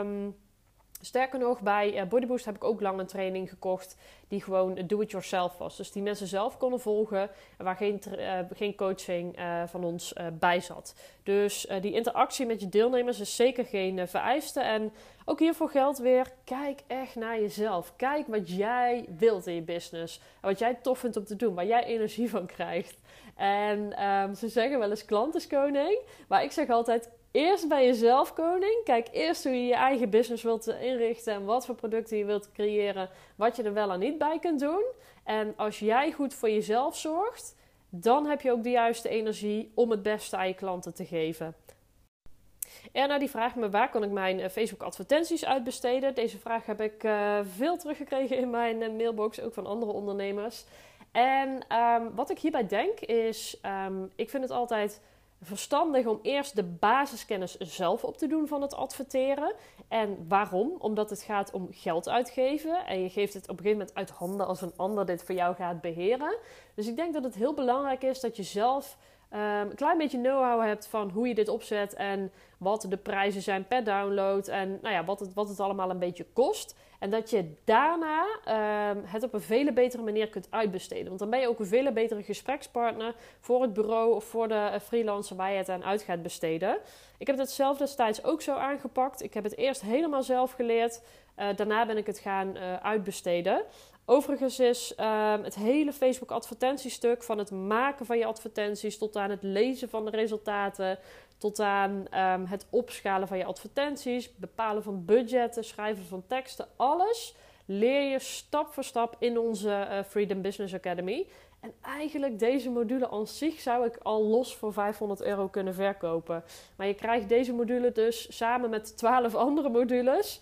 sterker nog, bij Bodyboost heb ik ook lang een training gekocht die gewoon do-it-yourself was. Dus die mensen zelf konden volgen en waar geen coaching van ons bij zat. Dus die interactie met je deelnemers is zeker geen vereiste. En ook hiervoor geldt weer, kijk echt naar jezelf. Kijk wat jij wilt in je business. En wat jij tof vindt om te doen, waar jij energie van krijgt. En ze zeggen wel eens klant is koning. Maar ik zeg altijd, eerst bij jezelf koning. Kijk eerst hoe je je eigen business wilt inrichten en wat voor producten je wilt creëren, wat je er wel en niet bij kunt doen. En als jij goed voor jezelf zorgt, dan heb je ook de juiste energie om het beste aan je klanten te geven. Erna die vraagt me, waar kan ik mijn Facebook advertenties uitbesteden? Deze vraag heb ik veel teruggekregen in mijn mailbox, ook van andere ondernemers. En wat ik hierbij denk is, ik vind het altijd verstandig om eerst de basiskennis zelf op te doen van het adverteren. En waarom? Omdat het gaat om geld uitgeven. En je geeft het op een gegeven moment uit handen als een ander dit voor jou gaat beheren. Dus ik denk dat het heel belangrijk is dat je zelf een klein beetje know-how hebt van hoe je dit opzet en wat de prijzen zijn per download en nou ja, wat het allemaal een beetje kost. En dat je daarna het op een vele betere manier kunt uitbesteden. Want dan ben je ook een vele betere gesprekspartner voor het bureau of voor de freelancer waar je het aan uit gaat besteden. Ik heb het zelf destijds ook zo aangepakt. Ik heb het eerst helemaal zelf geleerd. Daarna ben ik het gaan uitbesteden. Overigens is het hele Facebook advertentiestuk, van het maken van je advertenties tot aan het lezen van de resultaten, tot aan het opschalen van je advertenties, bepalen van budgetten, schrijven van teksten, alles leer je stap voor stap in onze Freedom Business Academy. En eigenlijk deze module aan zich zou ik al los voor €500 kunnen verkopen. Maar je krijgt deze module dus samen met 12 andere modules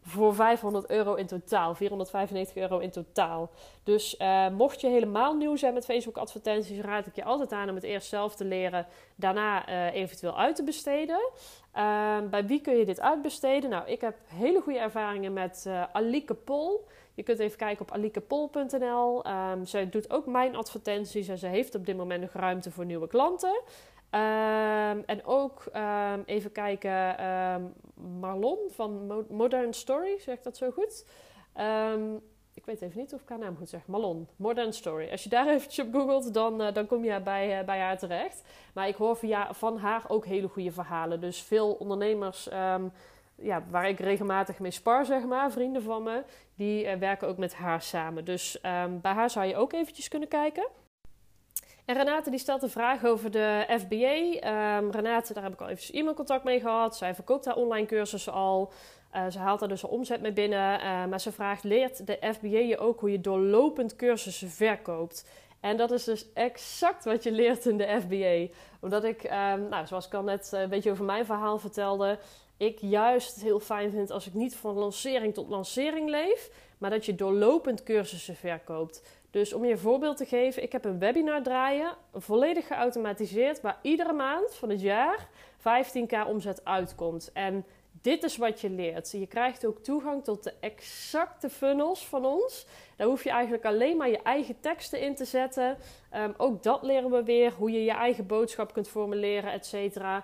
voor €500 in totaal. €495 in totaal. Dus mocht je helemaal nieuw zijn met Facebook advertenties, raad ik je altijd aan om het eerst zelf te leren. Daarna eventueel uit te besteden. Bij wie kun je dit uitbesteden? Nou, ik heb hele goede ervaringen met Alike Pol. Je kunt even kijken op alikepol.nl. Zij doet ook mijn advertenties en ze heeft op dit moment nog ruimte voor nieuwe klanten. En ook even kijken, Marlon van Modern Story, zeg ik dat zo goed? Ik weet even niet of ik haar naam goed zeg. Marlon, Modern Story. Als je daar eventjes op googelt, dan kom je bij haar terecht. Maar ik hoor van haar ook hele goede verhalen. Dus veel ondernemers waar ik regelmatig mee spar, zeg maar, vrienden van me, die werken ook met haar samen. Dus bij haar zou je ook eventjes kunnen kijken. En Renate die stelt een vraag over de FBA. Renate, daar heb ik al even e-mailcontact mee gehad. Zij verkoopt haar online cursussen al. Ze haalt daar dus al omzet mee binnen. Maar ze vraagt, leert de FBA je ook hoe je doorlopend cursussen verkoopt? En dat is dus exact wat je leert in de FBA. Omdat ik, zoals ik al net een beetje over mijn verhaal vertelde, ik juist het heel fijn vind als ik niet van lancering tot lancering leef, maar dat je doorlopend cursussen verkoopt. Dus om je een voorbeeld te geven, ik heb een webinar draaien, volledig geautomatiseerd, waar iedere maand van het jaar 15.000 omzet uitkomt. En dit is wat je leert. Je krijgt ook toegang tot de exacte funnels van ons. Daar hoef je eigenlijk alleen maar je eigen teksten in te zetten. Ook dat leren we weer, hoe je je eigen boodschap kunt formuleren, et cetera.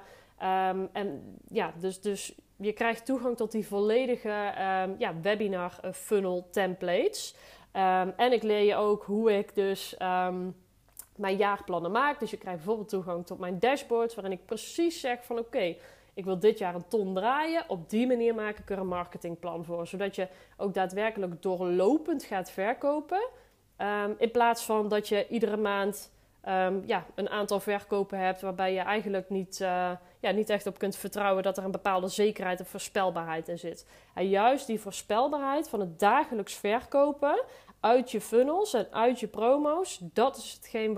Dus je krijgt toegang tot die volledige webinar funnel templates. En ik leer je ook hoe ik dus mijn jaarplannen maak. Dus je krijgt bijvoorbeeld toegang tot mijn dashboard, waarin ik precies zeg van oké, ik wil dit jaar 1 ton draaien. Op die manier maak ik er een marketingplan voor. Zodat je ook daadwerkelijk doorlopend gaat verkopen. In plaats van dat je iedere maand een aantal verkopen hebt waarbij je eigenlijk niet echt op kunt vertrouwen dat er een bepaalde zekerheid of voorspelbaarheid in zit. En juist die voorspelbaarheid van het dagelijks verkopen uit je funnels en uit je promo's, dat is hetgeen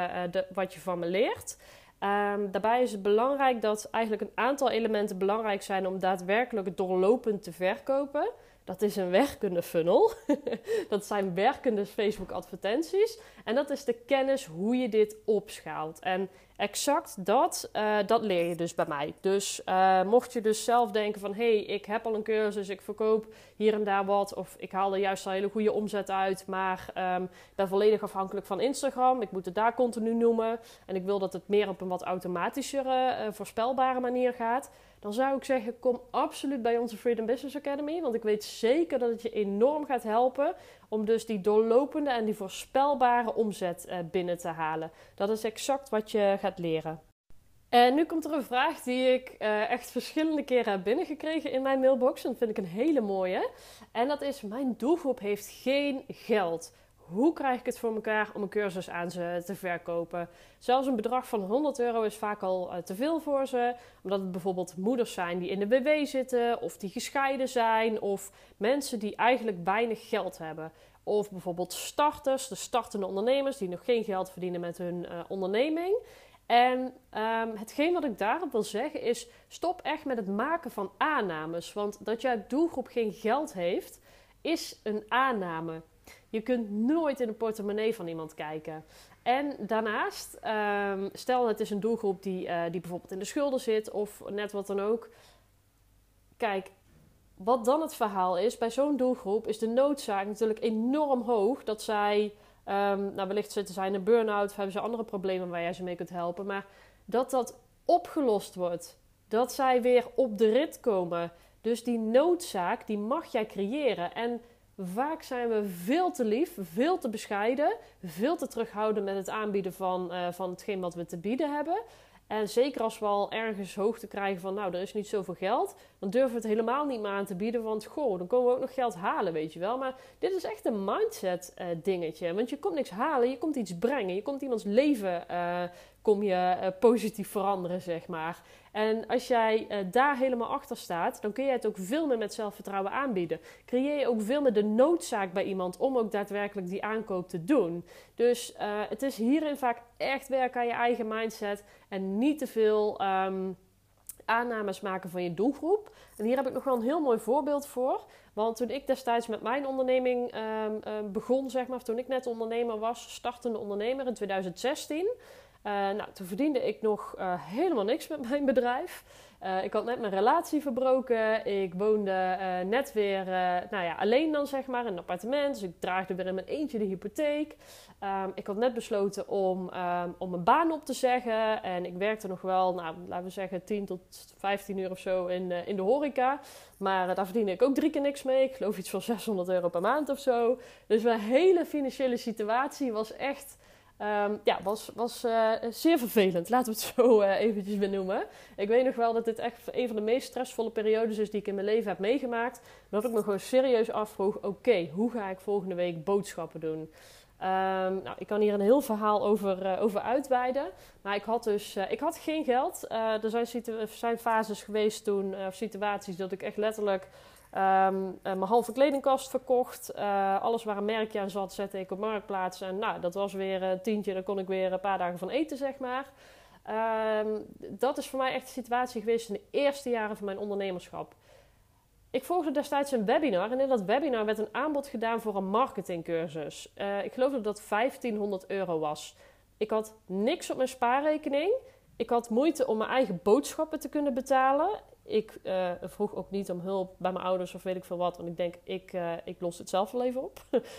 wat je van me leert. Daarbij is het belangrijk dat eigenlijk een aantal elementen belangrijk zijn om daadwerkelijk doorlopend te verkopen. Dat is een werkende funnel. Dat zijn werkende Facebook advertenties. En dat is de kennis hoe je dit opschaalt. En exact dat leer je dus bij mij. Dus mocht je dus zelf denken van ik heb al een cursus, ik verkoop hier en daar wat, of ik haal er juist al hele goede omzet uit, maar ben volledig afhankelijk van Instagram. Ik moet het daar continu noemen. En ik wil dat het meer op een wat automatischere, voorspelbare manier gaat. Dan zou ik zeggen, kom absoluut bij onze Freedom Business Academy. Want ik weet zeker dat het je enorm gaat helpen om dus die doorlopende en die voorspelbare omzet binnen te halen. Dat is exact wat je gaat leren. En nu komt er een vraag die ik echt verschillende keren heb binnengekregen in mijn mailbox. En dat vind ik een hele mooie. En dat is, mijn doelgroep heeft geen geld. Hoe krijg ik het voor elkaar om een cursus aan ze te verkopen? Zelfs een bedrag van €100 is vaak al te veel voor ze. Omdat het bijvoorbeeld moeders zijn die in de WW zitten, of die gescheiden zijn, of mensen die eigenlijk weinig geld hebben. Of bijvoorbeeld starters, de startende ondernemers die nog geen geld verdienen met hun onderneming. En hetgeen wat ik daarop wil zeggen is, stop echt met het maken van aannames. Want dat jouw doelgroep geen geld heeft, is een aanname. Je kunt nooit in de portemonnee van iemand kijken. En daarnaast, stel het is een doelgroep die bijvoorbeeld in de schulden zit of net wat dan ook. Kijk, wat dan het verhaal is, bij zo'n doelgroep is de noodzaak natuurlijk enorm hoog dat zij, wellicht zitten zij in een burn-out of hebben ze andere problemen waar jij ze mee kunt helpen. Maar dat opgelost wordt, dat zij weer op de rit komen. Dus die noodzaak, die mag jij creëren. En vaak zijn we veel te lief, veel te bescheiden, veel te terughoudend met het aanbieden van hetgeen wat we te bieden hebben. En zeker als we al ergens hoogte krijgen van, er is niet zoveel geld, dan durven we het helemaal niet meer aan te bieden, want dan komen we ook nog geld halen, weet je wel. Maar dit is echt een mindset dingetje, want je komt niks halen, je komt iets brengen, je komt iemands leven positief veranderen, zeg maar. En als jij daar helemaal achter staat, dan kun jij het ook veel meer met zelfvertrouwen aanbieden. Creëer je ook veel meer de noodzaak bij iemand om ook daadwerkelijk die aankoop te doen. Dus het is hierin vaak echt werken aan je eigen mindset en niet te veel aannames maken van je doelgroep. En hier heb ik nog wel een heel mooi voorbeeld voor. Want toen ik destijds met mijn onderneming begon, zeg maar, of toen ik net ondernemer was, startende ondernemer in 2016... toen verdiende ik nog helemaal niks met mijn bedrijf. Ik had net mijn relatie verbroken. Ik woonde net weer alleen dan, zeg maar, in een appartement. Dus ik draagde weer in mijn eentje de hypotheek. Ik had net besloten om mijn baan op te zeggen. En ik werkte nog wel, laten we zeggen 10 tot 15 uur of zo in de horeca. Maar daar verdiende ik ook 3 keer niks mee. Ik geloof iets van €600 per maand of zo. Dus mijn hele financiële situatie was echt... was zeer vervelend. Laten we het zo eventjes benoemen. Ik weet nog wel dat dit echt een van de meest stressvolle periodes is die ik in mijn leven heb meegemaakt. Dat ik me gewoon serieus afvroeg, oké, hoe ga ik volgende week boodschappen doen? Ik kan hier een heel verhaal over uitweiden. Maar ik had geen geld. Er zijn fases geweest toen, of situaties, dat ik echt letterlijk... mijn halve kledingkast verkocht. Alles waar een merkje aan zat, zette ik op Marktplaats. En dat was weer een tientje. Daar kon ik weer een paar dagen van eten, zeg maar. Dat is voor mij echt een situatie geweest in de eerste jaren van mijn ondernemerschap. Ik volgde destijds een webinar. En in dat webinar werd een aanbod gedaan voor een marketingcursus. Ik geloof dat dat €1500 was. Ik had niks op mijn spaarrekening. Ik had moeite om mijn eigen boodschappen te kunnen betalen. Ik vroeg ook niet om hulp bij mijn ouders of weet ik veel wat. Want ik denk, ik los het zelf wel even op.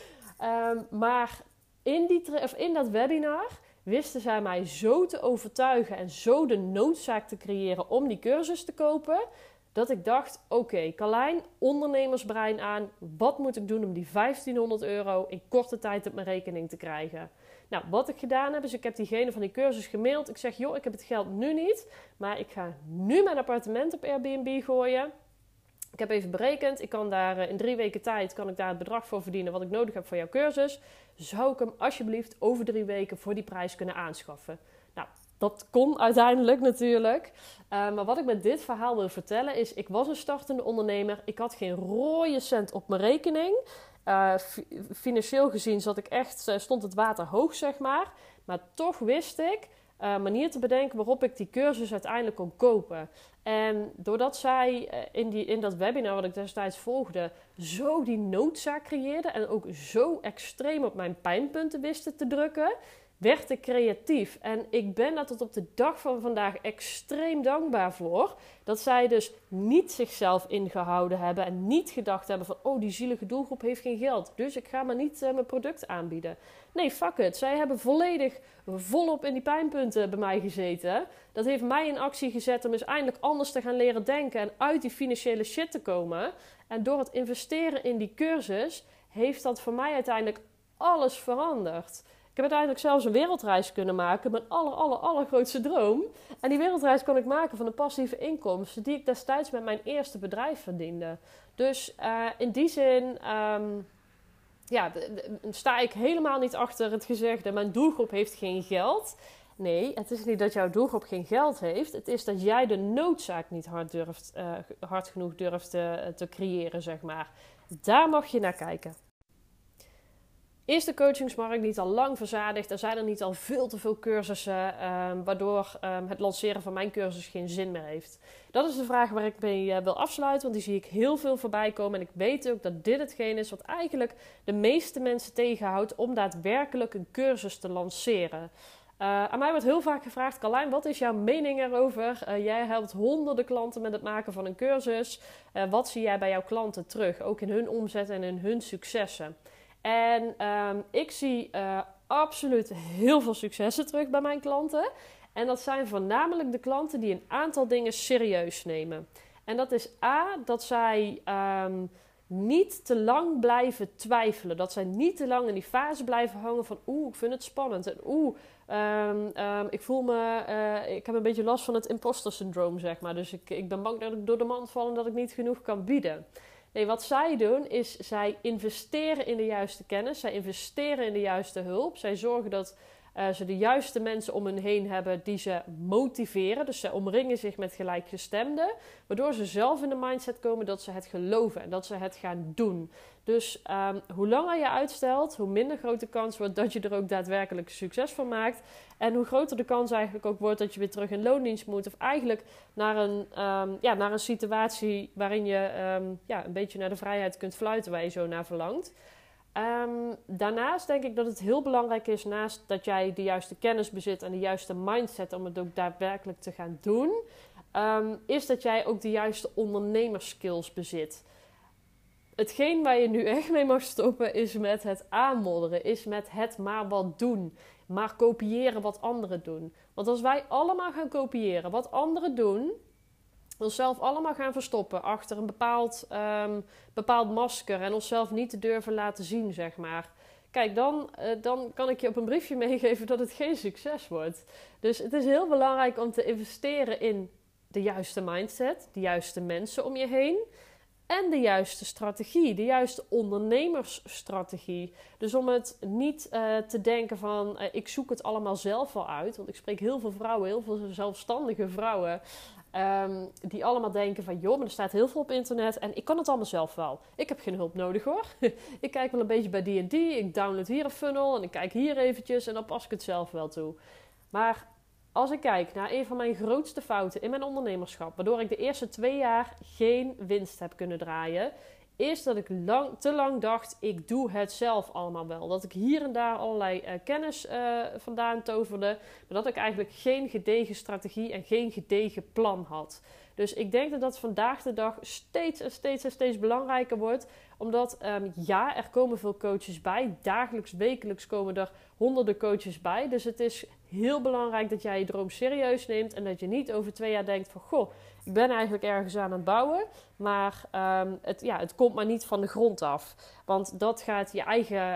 Maar in dat webinar wisten zij mij zo te overtuigen en zo de noodzaak te creëren om die cursus te kopen, dat ik dacht, oké, Carlijn, ondernemersbrein aan. Wat moet ik doen om die €1500 in korte tijd op mijn rekening te krijgen? Nou, wat ik gedaan heb, is ik heb diegene van die cursus gemaild. Ik zeg, joh, ik heb het geld nu niet, maar ik ga nu mijn appartement op Airbnb gooien. Ik heb even berekend, ik kan daar in 3 weken tijd kan ik daar het bedrag voor verdienen wat ik nodig heb voor jouw cursus. Zou ik hem alsjeblieft over 3 weken voor die prijs kunnen aanschaffen? Nou, dat kon uiteindelijk natuurlijk. Maar wat ik met dit verhaal wil vertellen is, ik was een startende ondernemer. Ik had geen rode cent op mijn rekening. Financieel gezien stond het water hoog, zeg maar. Maar toch wist ik een manier te bedenken waarop ik die cursus uiteindelijk kon kopen. En doordat zij in dat webinar wat ik destijds volgde, zo die noodzaak creëerde en ook zo extreem op mijn pijnpunten wisten te drukken, werd ik creatief. En ik ben daar tot op de dag van vandaag extreem dankbaar voor. Dat zij dus niet zichzelf ingehouden hebben en niet gedacht hebben van, oh, die zielige doelgroep heeft geen geld, dus ik ga maar niet mijn product aanbieden. Nee, fuck it. Zij hebben volledig volop in die pijnpunten bij mij gezeten. Dat heeft mij in actie gezet om eens eindelijk anders te gaan leren denken en uit die financiële shit te komen. En door het investeren in die cursus heeft dat voor mij uiteindelijk alles veranderd. Ik heb uiteindelijk zelfs een wereldreis kunnen maken. Mijn allergrootste droom. En die wereldreis kon ik maken van de passieve inkomsten die ik destijds met mijn eerste bedrijf verdiende. Dus in die zin sta ik helemaal niet achter het gezegde, mijn doelgroep heeft geen geld. Nee, het is niet dat jouw doelgroep geen geld heeft. Het is dat jij de noodzaak niet hard genoeg durft te creëren, zeg maar. Daar mag je naar kijken. Is de coachingsmarkt niet al lang verzadigd? Er zijn er niet al veel te veel cursussen, waardoor het lanceren van mijn cursus geen zin meer heeft? Dat is de vraag waar ik mee wil afsluiten, want die zie ik heel veel voorbij komen. En ik weet ook dat dit hetgeen is wat eigenlijk de meeste mensen tegenhoudt om daadwerkelijk een cursus te lanceren. Aan mij wordt heel vaak gevraagd, Carlijn, wat is jouw mening erover? Jij helpt honderden klanten met het maken van een cursus. Wat zie jij bij jouw klanten terug? Ook in hun omzet en in hun successen. En ik zie absoluut heel veel successen terug bij mijn klanten. En dat zijn voornamelijk de klanten die een aantal dingen serieus nemen. En dat is dat zij niet te lang blijven twijfelen. Dat zij niet te lang in die fase blijven hangen van, ik vind het spannend. En ik heb een beetje last van het imposter syndroom, zeg maar. Dus ik ben bang dat ik door de mand val en dat ik niet genoeg kan bieden. Nee, wat zij doen is, zij investeren in de juiste kennis. Zij investeren in de juiste hulp. Zij zorgen dat Ze de juiste mensen om hun heen hebben die ze motiveren. Dus ze omringen zich met gelijkgestemden. Waardoor ze zelf in de mindset komen dat ze het geloven en dat ze het gaan doen. Dus hoe langer je uitstelt, hoe minder grote kans wordt dat je er ook daadwerkelijk succes van maakt. En hoe groter de kans eigenlijk ook wordt dat je weer terug in loondienst moet. Of eigenlijk naar een situatie waarin je een beetje naar de vrijheid kunt fluiten waar je zo naar verlangt. Daarnaast denk ik dat het heel belangrijk is, naast dat jij de juiste kennis bezit en de juiste mindset om het ook daadwerkelijk te gaan doen, is dat jij ook de juiste ondernemerskills bezit. Hetgeen waar je nu echt mee mag stoppen is met het aanmodderen, is met het maar wat doen. Maar kopiëren wat anderen doen. Want als wij allemaal gaan kopiëren wat anderen doen, onszelf allemaal gaan verstoppen achter een bepaald masker en onszelf niet te durven laten zien, zeg maar. Kijk, dan kan ik je op een briefje meegeven dat het geen succes wordt. Dus het is heel belangrijk om te investeren in de juiste mindset, de juiste mensen om je heen. En de juiste strategie, de juiste ondernemersstrategie. Dus om het niet te denken van ik zoek het allemaal zelf wel uit. Want ik spreek heel veel vrouwen, heel veel zelfstandige vrouwen. Die allemaal denken van joh, maar er staat heel veel op internet en ik kan het allemaal zelf wel. Ik heb geen hulp nodig hoor. Ik kijk wel een beetje bij die en die. Ik download hier een funnel en ik kijk hier eventjes en dan pas ik het zelf wel toe. Maar als ik kijk naar een van mijn grootste fouten in mijn ondernemerschap, waardoor ik de eerste 2 jaar geen winst heb kunnen draaien, is dat ik te lang dacht, ik doe het zelf allemaal wel. Dat ik hier en daar allerlei kennis vandaan toverde, maar dat ik eigenlijk geen gedegen strategie en geen gedegen plan had. Dus ik denk dat dat vandaag de dag steeds belangrijker wordt. Omdat er komen veel coaches bij. Dagelijks, wekelijks komen er honderden coaches bij. Dus het is heel belangrijk dat jij je droom serieus neemt. En dat je niet over 2 jaar denkt van goh, ik ben eigenlijk ergens aan het bouwen. Maar het komt maar niet van de grond af. Want dat gaat je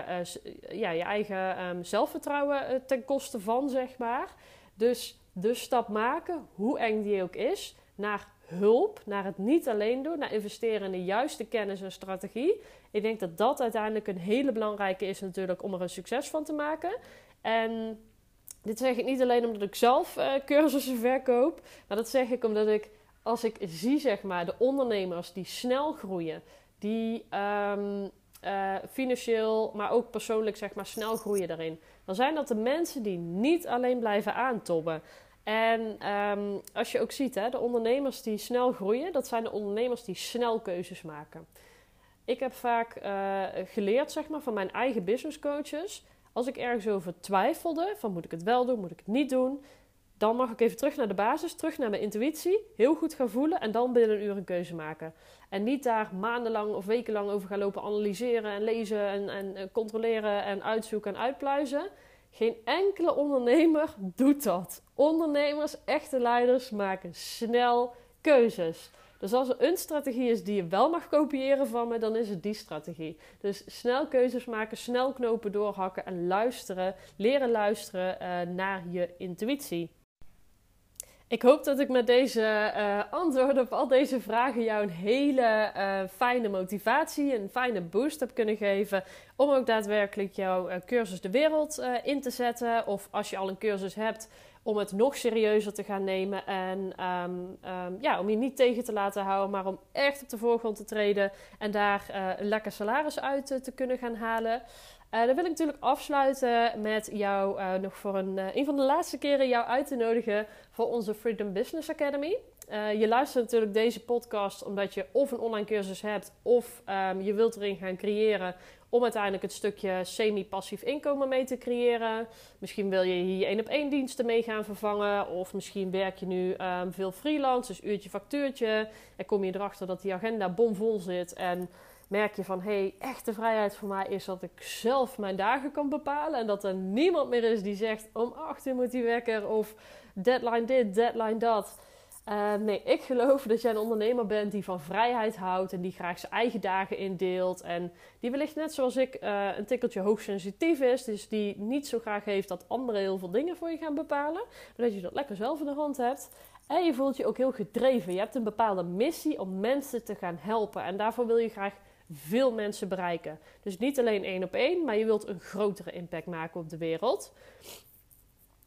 eigen zelfvertrouwen ten koste van, zeg maar. Dus de stap maken, hoe eng die ook is, naar hulp, naar het niet alleen doen, naar investeren in de juiste kennis en strategie. Ik denk dat dat uiteindelijk een hele belangrijke is natuurlijk om er een succes van te maken. En dit zeg ik niet alleen omdat ik zelf cursussen verkoop, maar dat zeg ik omdat als ik zie zeg maar de ondernemers die snel groeien, die financieel, maar ook persoonlijk zeg maar snel groeien daarin, dan zijn dat de mensen die niet alleen blijven aantobben. En als je ook ziet, hè, de ondernemers die snel groeien, dat zijn de ondernemers die snel keuzes maken. Ik heb vaak geleerd, zeg maar, van mijn eigen business coaches. Als ik ergens over twijfelde, van moet ik het wel doen, moet ik het niet doen, dan mag ik even terug naar de basis, terug naar mijn intuïtie, heel goed gaan voelen en dan binnen een uur een keuze maken. En niet daar maandenlang of wekenlang over gaan lopen analyseren en lezen en controleren en uitzoeken en uitpluizen. Geen enkele ondernemer doet dat. Ondernemers, echte leiders, maken snel keuzes. Dus als er een strategie is die je wel mag kopiëren van me, dan is het die strategie. Dus snel keuzes maken, snel knopen doorhakken en luisteren, leren luisteren naar je intuïtie. Ik hoop dat ik met deze antwoorden op al deze vragen jou een hele fijne motivatie, een fijne boost heb kunnen geven om ook daadwerkelijk jouw cursus de wereld in te zetten. Of als je al een cursus hebt, om het nog serieuzer te gaan nemen en om je niet tegen te laten houden, maar om echt op de voorgrond te treden en daar een lekker salaris uit te kunnen gaan halen. Dan wil ik natuurlijk afsluiten met jou nog voor een van de laatste keren jou uit te nodigen voor onze Freedom Business Academy. Je luistert natuurlijk deze podcast omdat je of een online cursus hebt of je wilt erin gaan creëren om uiteindelijk het stukje semi-passief inkomen mee te creëren. Misschien wil je hier 1-op-1 diensten mee gaan vervangen of misschien werk je nu veel freelance, dus uurtje factuurtje en kom je erachter dat die agenda bomvol zit en merk je van, echte vrijheid voor mij is dat ik zelf mijn dagen kan bepalen. En dat er niemand meer is die zegt, om 8 uur moet die wekker of deadline dit, deadline dat. Nee, ik geloof dat jij een ondernemer bent die van vrijheid houdt en die graag zijn eigen dagen indeelt. En die wellicht net zoals ik een tikkeltje hoogsensitief is. Dus die niet zo graag heeft dat anderen heel veel dingen voor je gaan bepalen. Maar dat je dat lekker zelf in de hand hebt. En je voelt je ook heel gedreven. Je hebt een bepaalde missie om mensen te gaan helpen. En daarvoor wil je graag veel mensen bereiken. Dus niet alleen 1-op-1, maar je wilt een grotere impact maken op de wereld.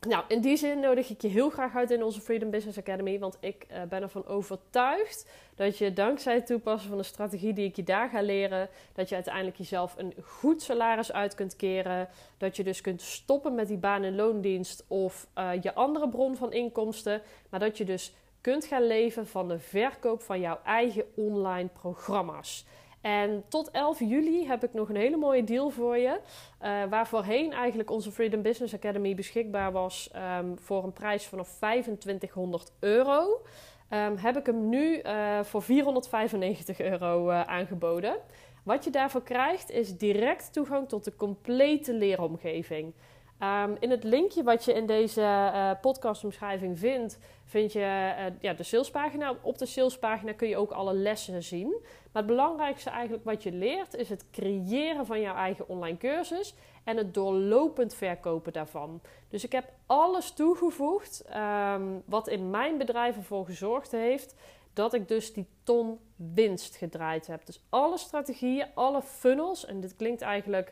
Nou, in die zin nodig ik je heel graag uit in onze Freedom Business Academy. Want ik ben ervan overtuigd dat je dankzij het toepassen van de strategie die ik je daar ga leren, dat je uiteindelijk jezelf een goed salaris uit kunt keren. Dat je dus kunt stoppen met die baan- en loondienst of je andere bron van inkomsten. Maar dat je dus kunt gaan leven van de verkoop van jouw eigen online programma's. En tot 11 juli heb ik nog een hele mooie deal voor je. Waar voorheen eigenlijk onze Freedom Business Academy beschikbaar was voor een prijs vanaf €2500. Heb ik hem nu voor €495 aangeboden. Wat je daarvoor krijgt is direct toegang tot de complete leeromgeving. In het linkje wat je in deze podcastomschrijving vindt, vind je de salespagina. Op de salespagina kun je ook alle lessen zien. Maar het belangrijkste eigenlijk wat je leert is het creëren van jouw eigen online cursus en het doorlopend verkopen daarvan. Dus ik heb alles toegevoegd wat in mijn bedrijf ervoor gezorgd heeft dat ik dus die ton winst gedraaid heb. Dus alle strategieën, alle funnels, en dit klinkt eigenlijk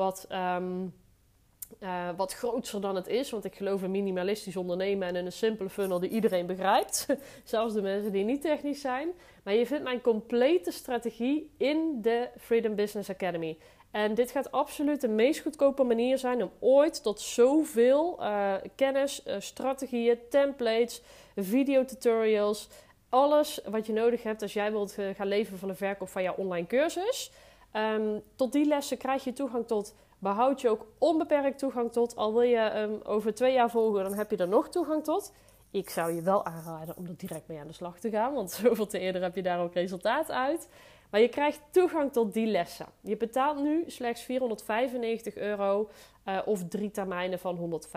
wat groter dan het is. Want ik geloof in minimalistisch ondernemen en in een simpele funnel die iedereen begrijpt. Zelfs de mensen die niet technisch zijn. Maar je vindt mijn complete strategie in de Freedom Business Academy. En dit gaat absoluut de meest goedkope manier zijn om ooit tot zoveel kennis, strategieën, templates, videotutorials, alles wat je nodig hebt als jij wilt gaan leven van de verkoop van jouw online cursus. Tot die lessen krijg je toegang tot. Behoud je ook onbeperkt toegang tot. Al wil je over 2 jaar volgen, dan heb je er nog toegang tot. Ik zou je wel aanraden om er direct mee aan de slag te gaan. Want zoveel te eerder heb je daar ook resultaat uit. Maar je krijgt toegang tot die lessen. Je betaalt nu slechts €495 of 3 termijnen van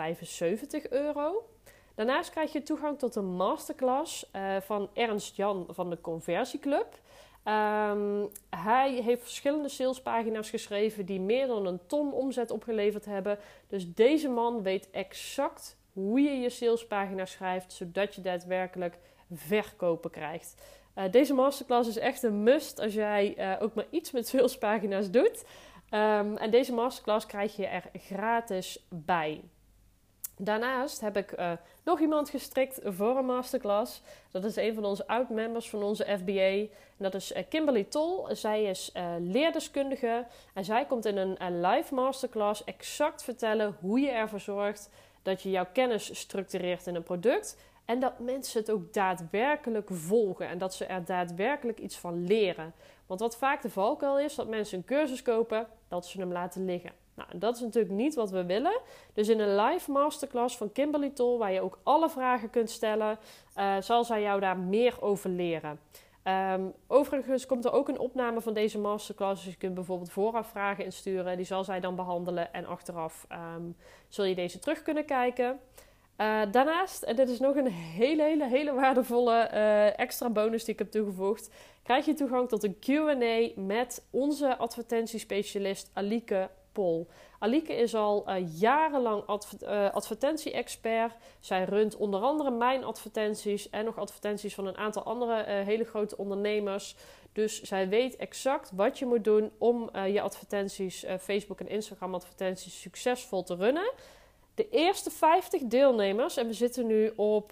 €175. Daarnaast krijg je toegang tot een masterclass van Ernst Jan van de Conversieclub. Hij heeft verschillende salespagina's geschreven die meer dan 1 ton omzet opgeleverd hebben. Dus deze man weet exact hoe je je salespagina schrijft, zodat je daadwerkelijk verkopen krijgt. Deze masterclass is echt een must als jij ook maar iets met salespagina's doet. En deze masterclass krijg je er gratis bij. Daarnaast heb ik nog iemand gestrikt voor een masterclass. Dat is een van onze oud-members van onze FBA. En dat is Kimberly Tol. Zij is leerdeskundige. En zij komt in een live masterclass exact vertellen hoe je ervoor zorgt dat je jouw kennis structureert in een product. En dat mensen het ook daadwerkelijk volgen. En dat ze er daadwerkelijk iets van leren. Want wat vaak de valkuil is, dat mensen een cursus kopen, dat ze hem laten liggen. Nou, dat is natuurlijk niet wat we willen. Dus in een live masterclass van Kimberly Tol, waar je ook alle vragen kunt stellen, zal zij jou daar meer over leren. Overigens komt er ook een opname van deze masterclass. Dus je kunt bijvoorbeeld vooraf vragen insturen. Die zal zij dan behandelen. En achteraf zul je deze terug kunnen kijken. Daarnaast, en dit is nog een hele waardevolle extra bonus die ik heb toegevoegd, krijg je toegang tot een Q&A met onze advertentiespecialist Alieke Pol. Alieke is al jarenlang advertentie-expert. Zij runt onder andere mijn advertenties en nog advertenties van een aantal andere hele grote ondernemers. Dus zij weet exact wat je moet doen om je advertenties, Facebook en Instagram advertenties succesvol te runnen. De eerste 50 deelnemers, en we zitten nu op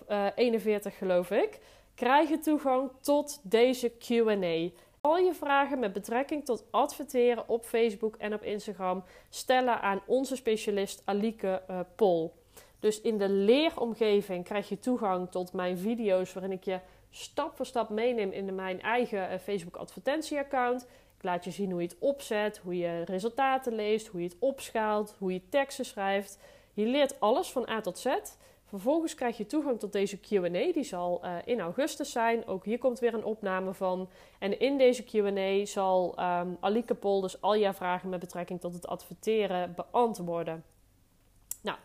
41 geloof ik, krijgen toegang tot deze Q&A. Al je vragen met betrekking tot adverteren op Facebook en op Instagram stellen aan onze specialist Alieke Pol. Dus in de leeromgeving krijg je toegang tot mijn video's waarin ik je stap voor stap meeneem in mijn eigen Facebook advertentieaccount. Ik laat je zien hoe je het opzet, hoe je resultaten leest, hoe je het opschaalt, hoe je teksten schrijft. Je leert alles van A tot Z. Vervolgens krijg je toegang tot deze Q&A. Die zal in augustus zijn. Ook hier komt weer een opname van. En in deze Q&A zal Alieke Pol dus al jouw vragen met betrekking tot het adverteren beantwoorden. Nou,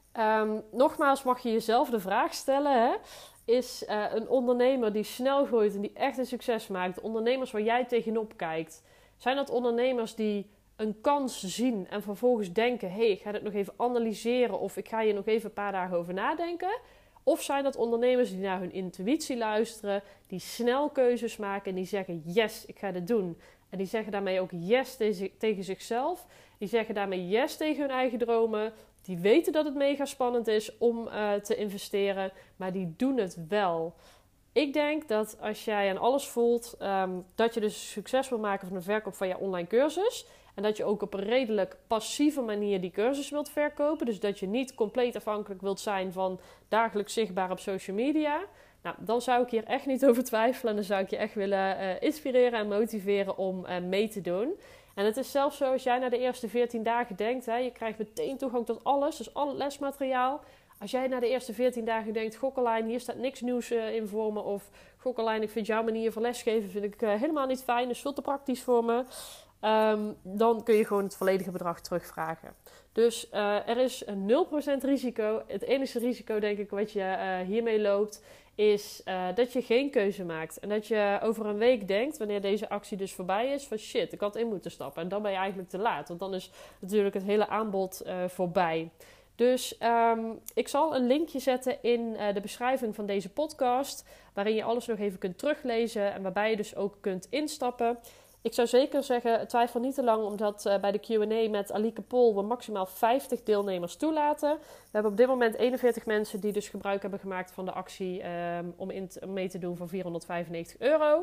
nogmaals mag je jezelf de vraag stellen. Hè? Is een ondernemer die snel groeit en die echt een succes maakt, ondernemers waar jij tegenop kijkt, zijn dat ondernemers die een kans zien en vervolgens denken, hey, ik ga dit nog even analyseren of ik ga hier nog even een paar dagen over nadenken? Of zijn dat ondernemers die naar hun intuïtie luisteren, die snel keuzes maken en die zeggen, yes, ik ga dit doen. En die zeggen daarmee ook yes tegen zichzelf. Die zeggen daarmee yes tegen hun eigen dromen. Die weten dat het mega spannend is om te investeren, maar die doen het wel. Ik denk dat als jij aan alles voelt, dat je dus succes wil maken van de verkoop van je online cursus. En dat je ook op een redelijk passieve manier die cursus wilt verkopen. Dus dat je niet compleet afhankelijk wilt zijn van dagelijks zichtbaar op social media. Nou, dan zou ik hier echt niet over twijfelen. En dan zou ik je echt willen inspireren en motiveren om mee te doen. En het is zelfs zo, als jij na de eerste 14 dagen denkt, je krijgt meteen toegang tot alles, dus al lesmateriaal. Als jij na de eerste 14 dagen denkt, Gokkerlijn, hier staat niks nieuws in voor me. Of Gokkerlijn, ik vind jouw manier van lesgeven vind ik helemaal niet fijn, dus veel te praktisch voor me. Dan kun je gewoon het volledige bedrag terugvragen. Dus er is een 0% risico. Het enige risico, denk ik, wat je hiermee loopt, is dat je geen keuze maakt. En dat je over een week denkt, wanneer deze actie dus voorbij is, van shit, ik had in moeten stappen. En dan ben je eigenlijk te laat, want dan is natuurlijk het hele aanbod voorbij. Dus ik zal een linkje zetten in de beschrijving van deze podcast, waarin je alles nog even kunt teruglezen en waarbij je dus ook kunt instappen. Ik zou zeker zeggen, twijfel niet te lang, omdat bij de Q&A met Alieke Pol we maximaal 50 deelnemers toelaten. We hebben op dit moment 41 mensen die dus gebruik hebben gemaakt van de actie om mee te doen voor €495.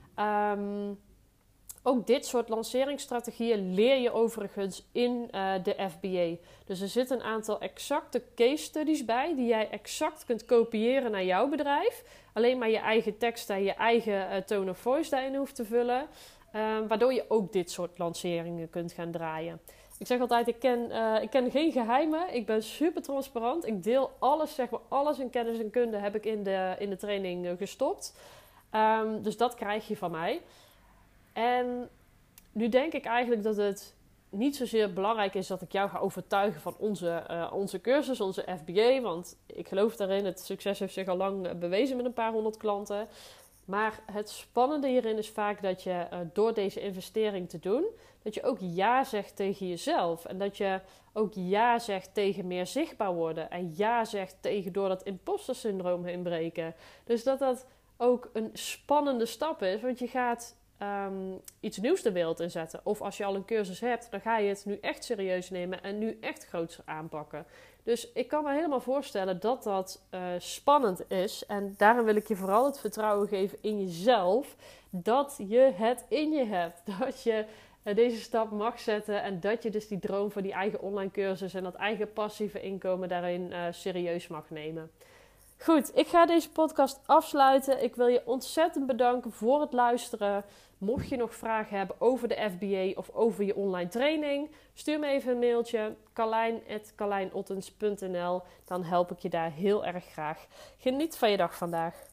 Ook dit soort lanceringsstrategieën leer je overigens in de FBA. Dus er zitten een aantal exacte case studies bij die jij exact kunt kopiëren naar jouw bedrijf. Alleen maar je eigen tekst en je eigen tone of voice daarin hoeft te vullen. Waardoor je ook dit soort lanceringen kunt gaan draaien. Ik zeg altijd, ik ken geen geheimen. Ik ben super transparant. Ik deel alles, zeg maar alles in kennis en kunde heb ik in de training gestopt. Dus dat krijg je van mij. En nu denk ik eigenlijk dat het niet zozeer belangrijk is dat ik jou ga overtuigen van onze cursus, onze FBA. Want ik geloof daarin, het succes heeft zich al lang bewezen met een paar honderd klanten. Maar het spannende hierin is vaak dat je door deze investering te doen, dat je ook ja zegt tegen jezelf. En dat je ook ja zegt tegen meer zichtbaar worden. En ja zegt tegen door dat imposter syndroom heen breken. Dus dat ook een spannende stap is, want je gaat iets nieuws de wereld inzetten. Of als je al een cursus hebt, dan ga je het nu echt serieus nemen en nu echt groots aanpakken. Dus ik kan me helemaal voorstellen dat dat spannend is. En daarom wil ik je vooral het vertrouwen geven in jezelf. Dat je het in je hebt. Dat je deze stap mag zetten. En dat je dus die droom voor die eigen online cursus en dat eigen passieve inkomen daarin serieus mag nemen. Goed, ik ga deze podcast afsluiten. Ik wil je ontzettend bedanken voor het luisteren. Mocht je nog vragen hebben over de FBA of over je online training, stuur me even een mailtje, carlijn@carlijnottens.nl. Dan help ik je daar heel erg graag. Geniet van je dag vandaag.